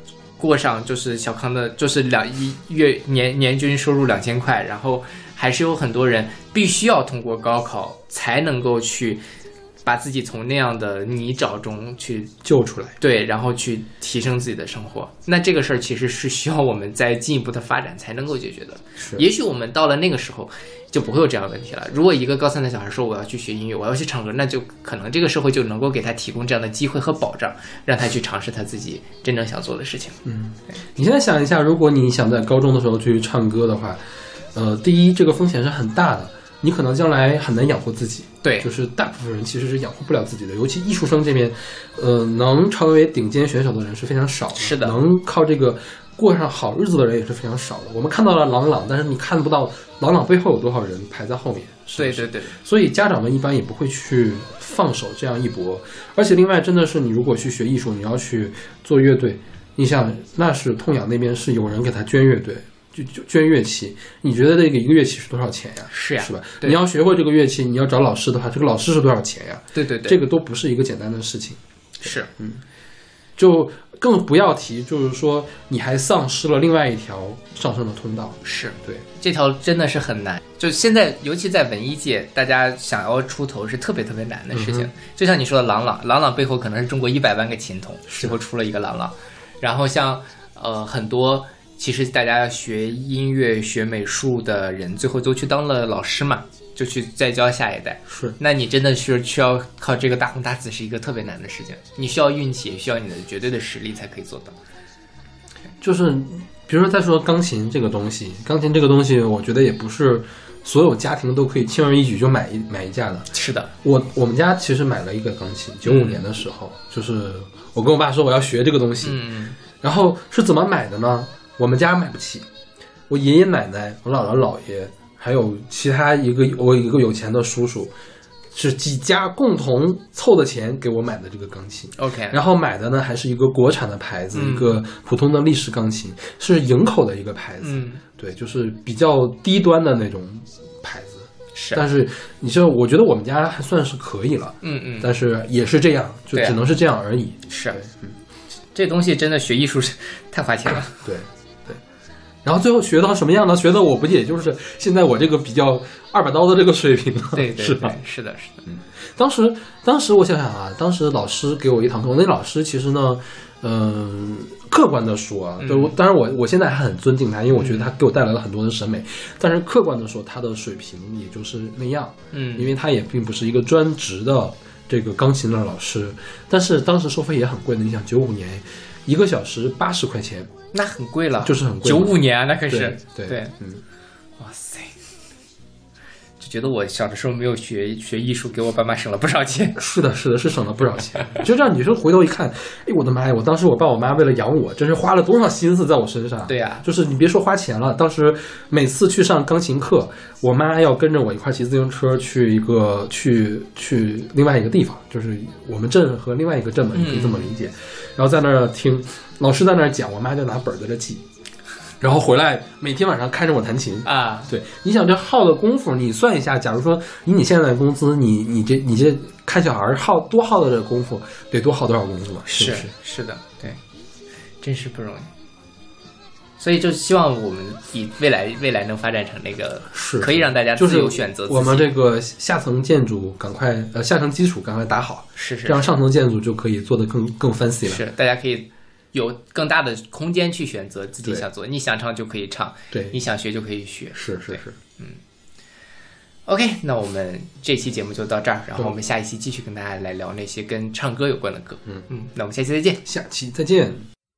过上就是小康的，就是年均收入2000块，然后还是有很多人必须要通过高考才能够去把自己从那样的泥沼中去救出来。 对，然后去提升自己的生活。那这个事儿其实是需要我们再进一步的发展才能够解决的。也许我们到了那个时候就不会有这样的问题了。如果一个高3的小孩说我要去学音乐，我要去唱歌，那就可能这个社会就能够给他提供这样的机会和保障，让他去尝试他自己真正想做的事情。 你现在想一下，如果你想在高中的时候去唱歌的话，第一，这个风险是很大的，你可能将来很难养活自己。 对， 就是大部分人其实是养活不了自己的，尤其艺术生这边，能成为顶尖选手的人是非常少的。 是的， 能靠这个过上好日子的人也是非常少的。我们看到了郎朗，但是你看不到郎朗背后有多少人排在后面。 对对对， 所以家长们一般也不会去放手这样一搏。而且另外，真的是你如果去学艺术，你要去做乐队，你想那是痛仰那边是有人给他捐乐队。就捐乐器，你觉得这个一个乐器是多少钱呀？ 是呀， 是吧？你要学会这个乐器，你要找老师的话，这个老师是多少钱呀？ 对对对， 这个都不是一个简单的事情。 是， 就更不要提，就是说你还丧失了另外一条上升的通道。 是， 对， 这条真的是很难。就现在，尤其在文艺界，大家想要出头是特别特别难的事情。就像你说的，郎朗背后可能是中国100万个琴童，最后出了一个郎朗。然后像很多。其实大家学音乐、学美术的人，最后都去当了老师嘛，就去再教下一代。 是， 那你真的是需要靠这个大红大紫，是一个特别难的事情。你需要运气，也需要你的绝对的实力才可以做到。 就是比如说再说钢琴这个东西，我觉得也不是所有家庭都可以轻而易举就买一架的。 是的， 我们家其实买了一个钢琴，95年的时候，就是我跟我爸说我要学这个东西，然后是怎么买的呢？我们家买不起，我爷爷奶奶、我姥姥姥爷，还有其他我一个有钱的叔叔，是几家共同凑的钱给我买的这个钢琴。 OK， 然后买的呢还是一个国产的牌子，一个普通的立式钢琴，是营口的一个牌子。对，就是比较低端的那种牌子。 是， 但是你说，我觉得我们家还算是可以了。但是也是这样，就只能是这样而已。 是，这东西真的学艺术是太花钱了。 对。然后最后学到什么样呢？学的我不也就是现在我这个比较2把刀的这个水平吗？ 对， 是吧？ 是的。 当时我想想啊，当时老师给我一堂课，我那老师其实呢，客观的说啊，当然我现在还很尊敬他，因为我觉得他给我带来了很多的审美。但是客观的说，他的水平也就是那样。因为他也并不是一个专职的这个钢琴的老师，但是当时收费也很贵的。你想，95年1个小时80块钱。 那很贵了， 就是很贵。 95年啊，那可是对， 哇塞，就觉得我小的时候没有学艺术，给我爸妈省了不少钱。 是的，是省了不少钱。就这样，你说回头一看，哎，我的妈呀！我当时我爸我妈为了养我，真是花了多少心思在我身上。 对呀， 就是你别说花钱了，当时每次去上钢琴课，我妈要跟着我一块骑自行车去另外一个地方，就是我们镇和另外一个镇嘛，你可以这么理解。然后在那儿听老师在那儿讲，我妈就拿本在这记，然后回来每天晚上看着我弹琴啊。 对，你想这耗的功夫，你算一下，假如说以你现在的工资，你这看小孩多耗的这个功夫，得多耗多少功夫嘛？ 是的，对，真是不容易。所以就希望我们以未来能发展成那个可以让大家自由选择自己。 我们这个下层建筑赶快下层基础赶快打好， 是这样上层建筑就可以做得更 fancy 了。 是，大家可以有更大的空间去选择自己想做，你想唱就可以唱， 对， 你想学就可以学。 是。 OK， 那我们这期节目就到这儿，然后我们下一期继续跟大家来聊那些跟唱歌有关的歌。那我们下期再见。 下期再见。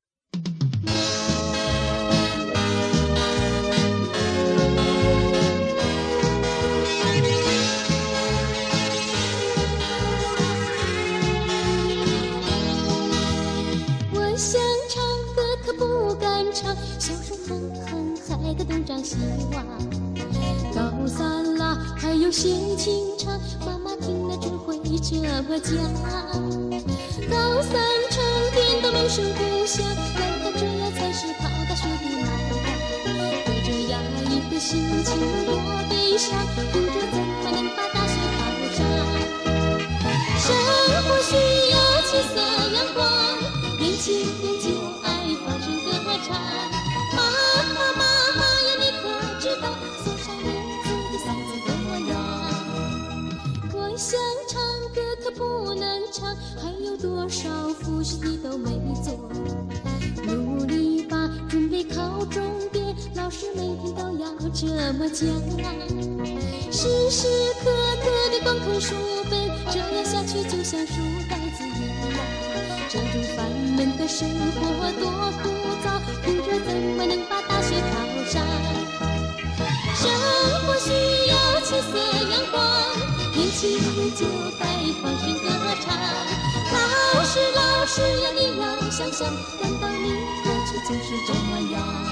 笑声狠狠踩个东张西望，高三了还有闲情长，妈妈听了只会这么讲。高三成天都没声不响，眼看这才是考大学的模样。对着压抑的心情多悲伤，哭着怎么能把大学考上？生活需要七色阳光，年轻人就爱放声歌。 这么讲，时时刻刻的光啃书本，这样下去就像书呆子一样。这种烦闷的生活多枯燥，苦着怎么能把大学考上？生活需要七色阳光，年轻人就该放声歌唱。老师呀，你要想想，难道你过去就是这么样？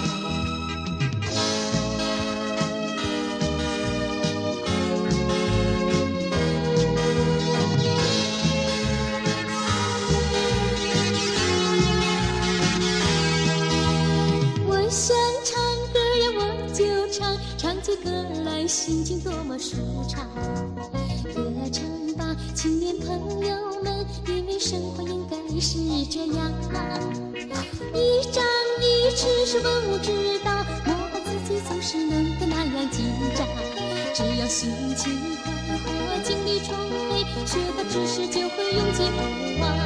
我想唱歌呀，我就唱，唱起歌来心情多么舒畅。歌唱吧，青年朋友们，因为生活应该是这样。一张一弛是文武之道，莫把自己总是弄得那样紧张。只要心情快活，精力充沛，学到知识就会永绝不忘。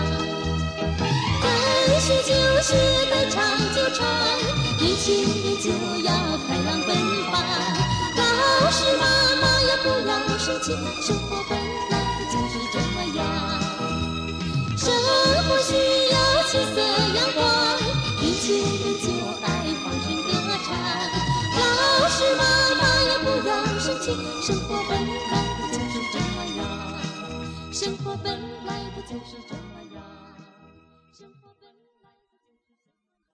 该学就学，该唱就唱，年轻人就要开朗奔放。老师妈妈呀，不要生气，生活本来就是这么样。生活需要七色阳光，年轻人就该放声歌唱。老师妈妈呀，不要生气，生活本来就是这么样。生活本来就是这么样。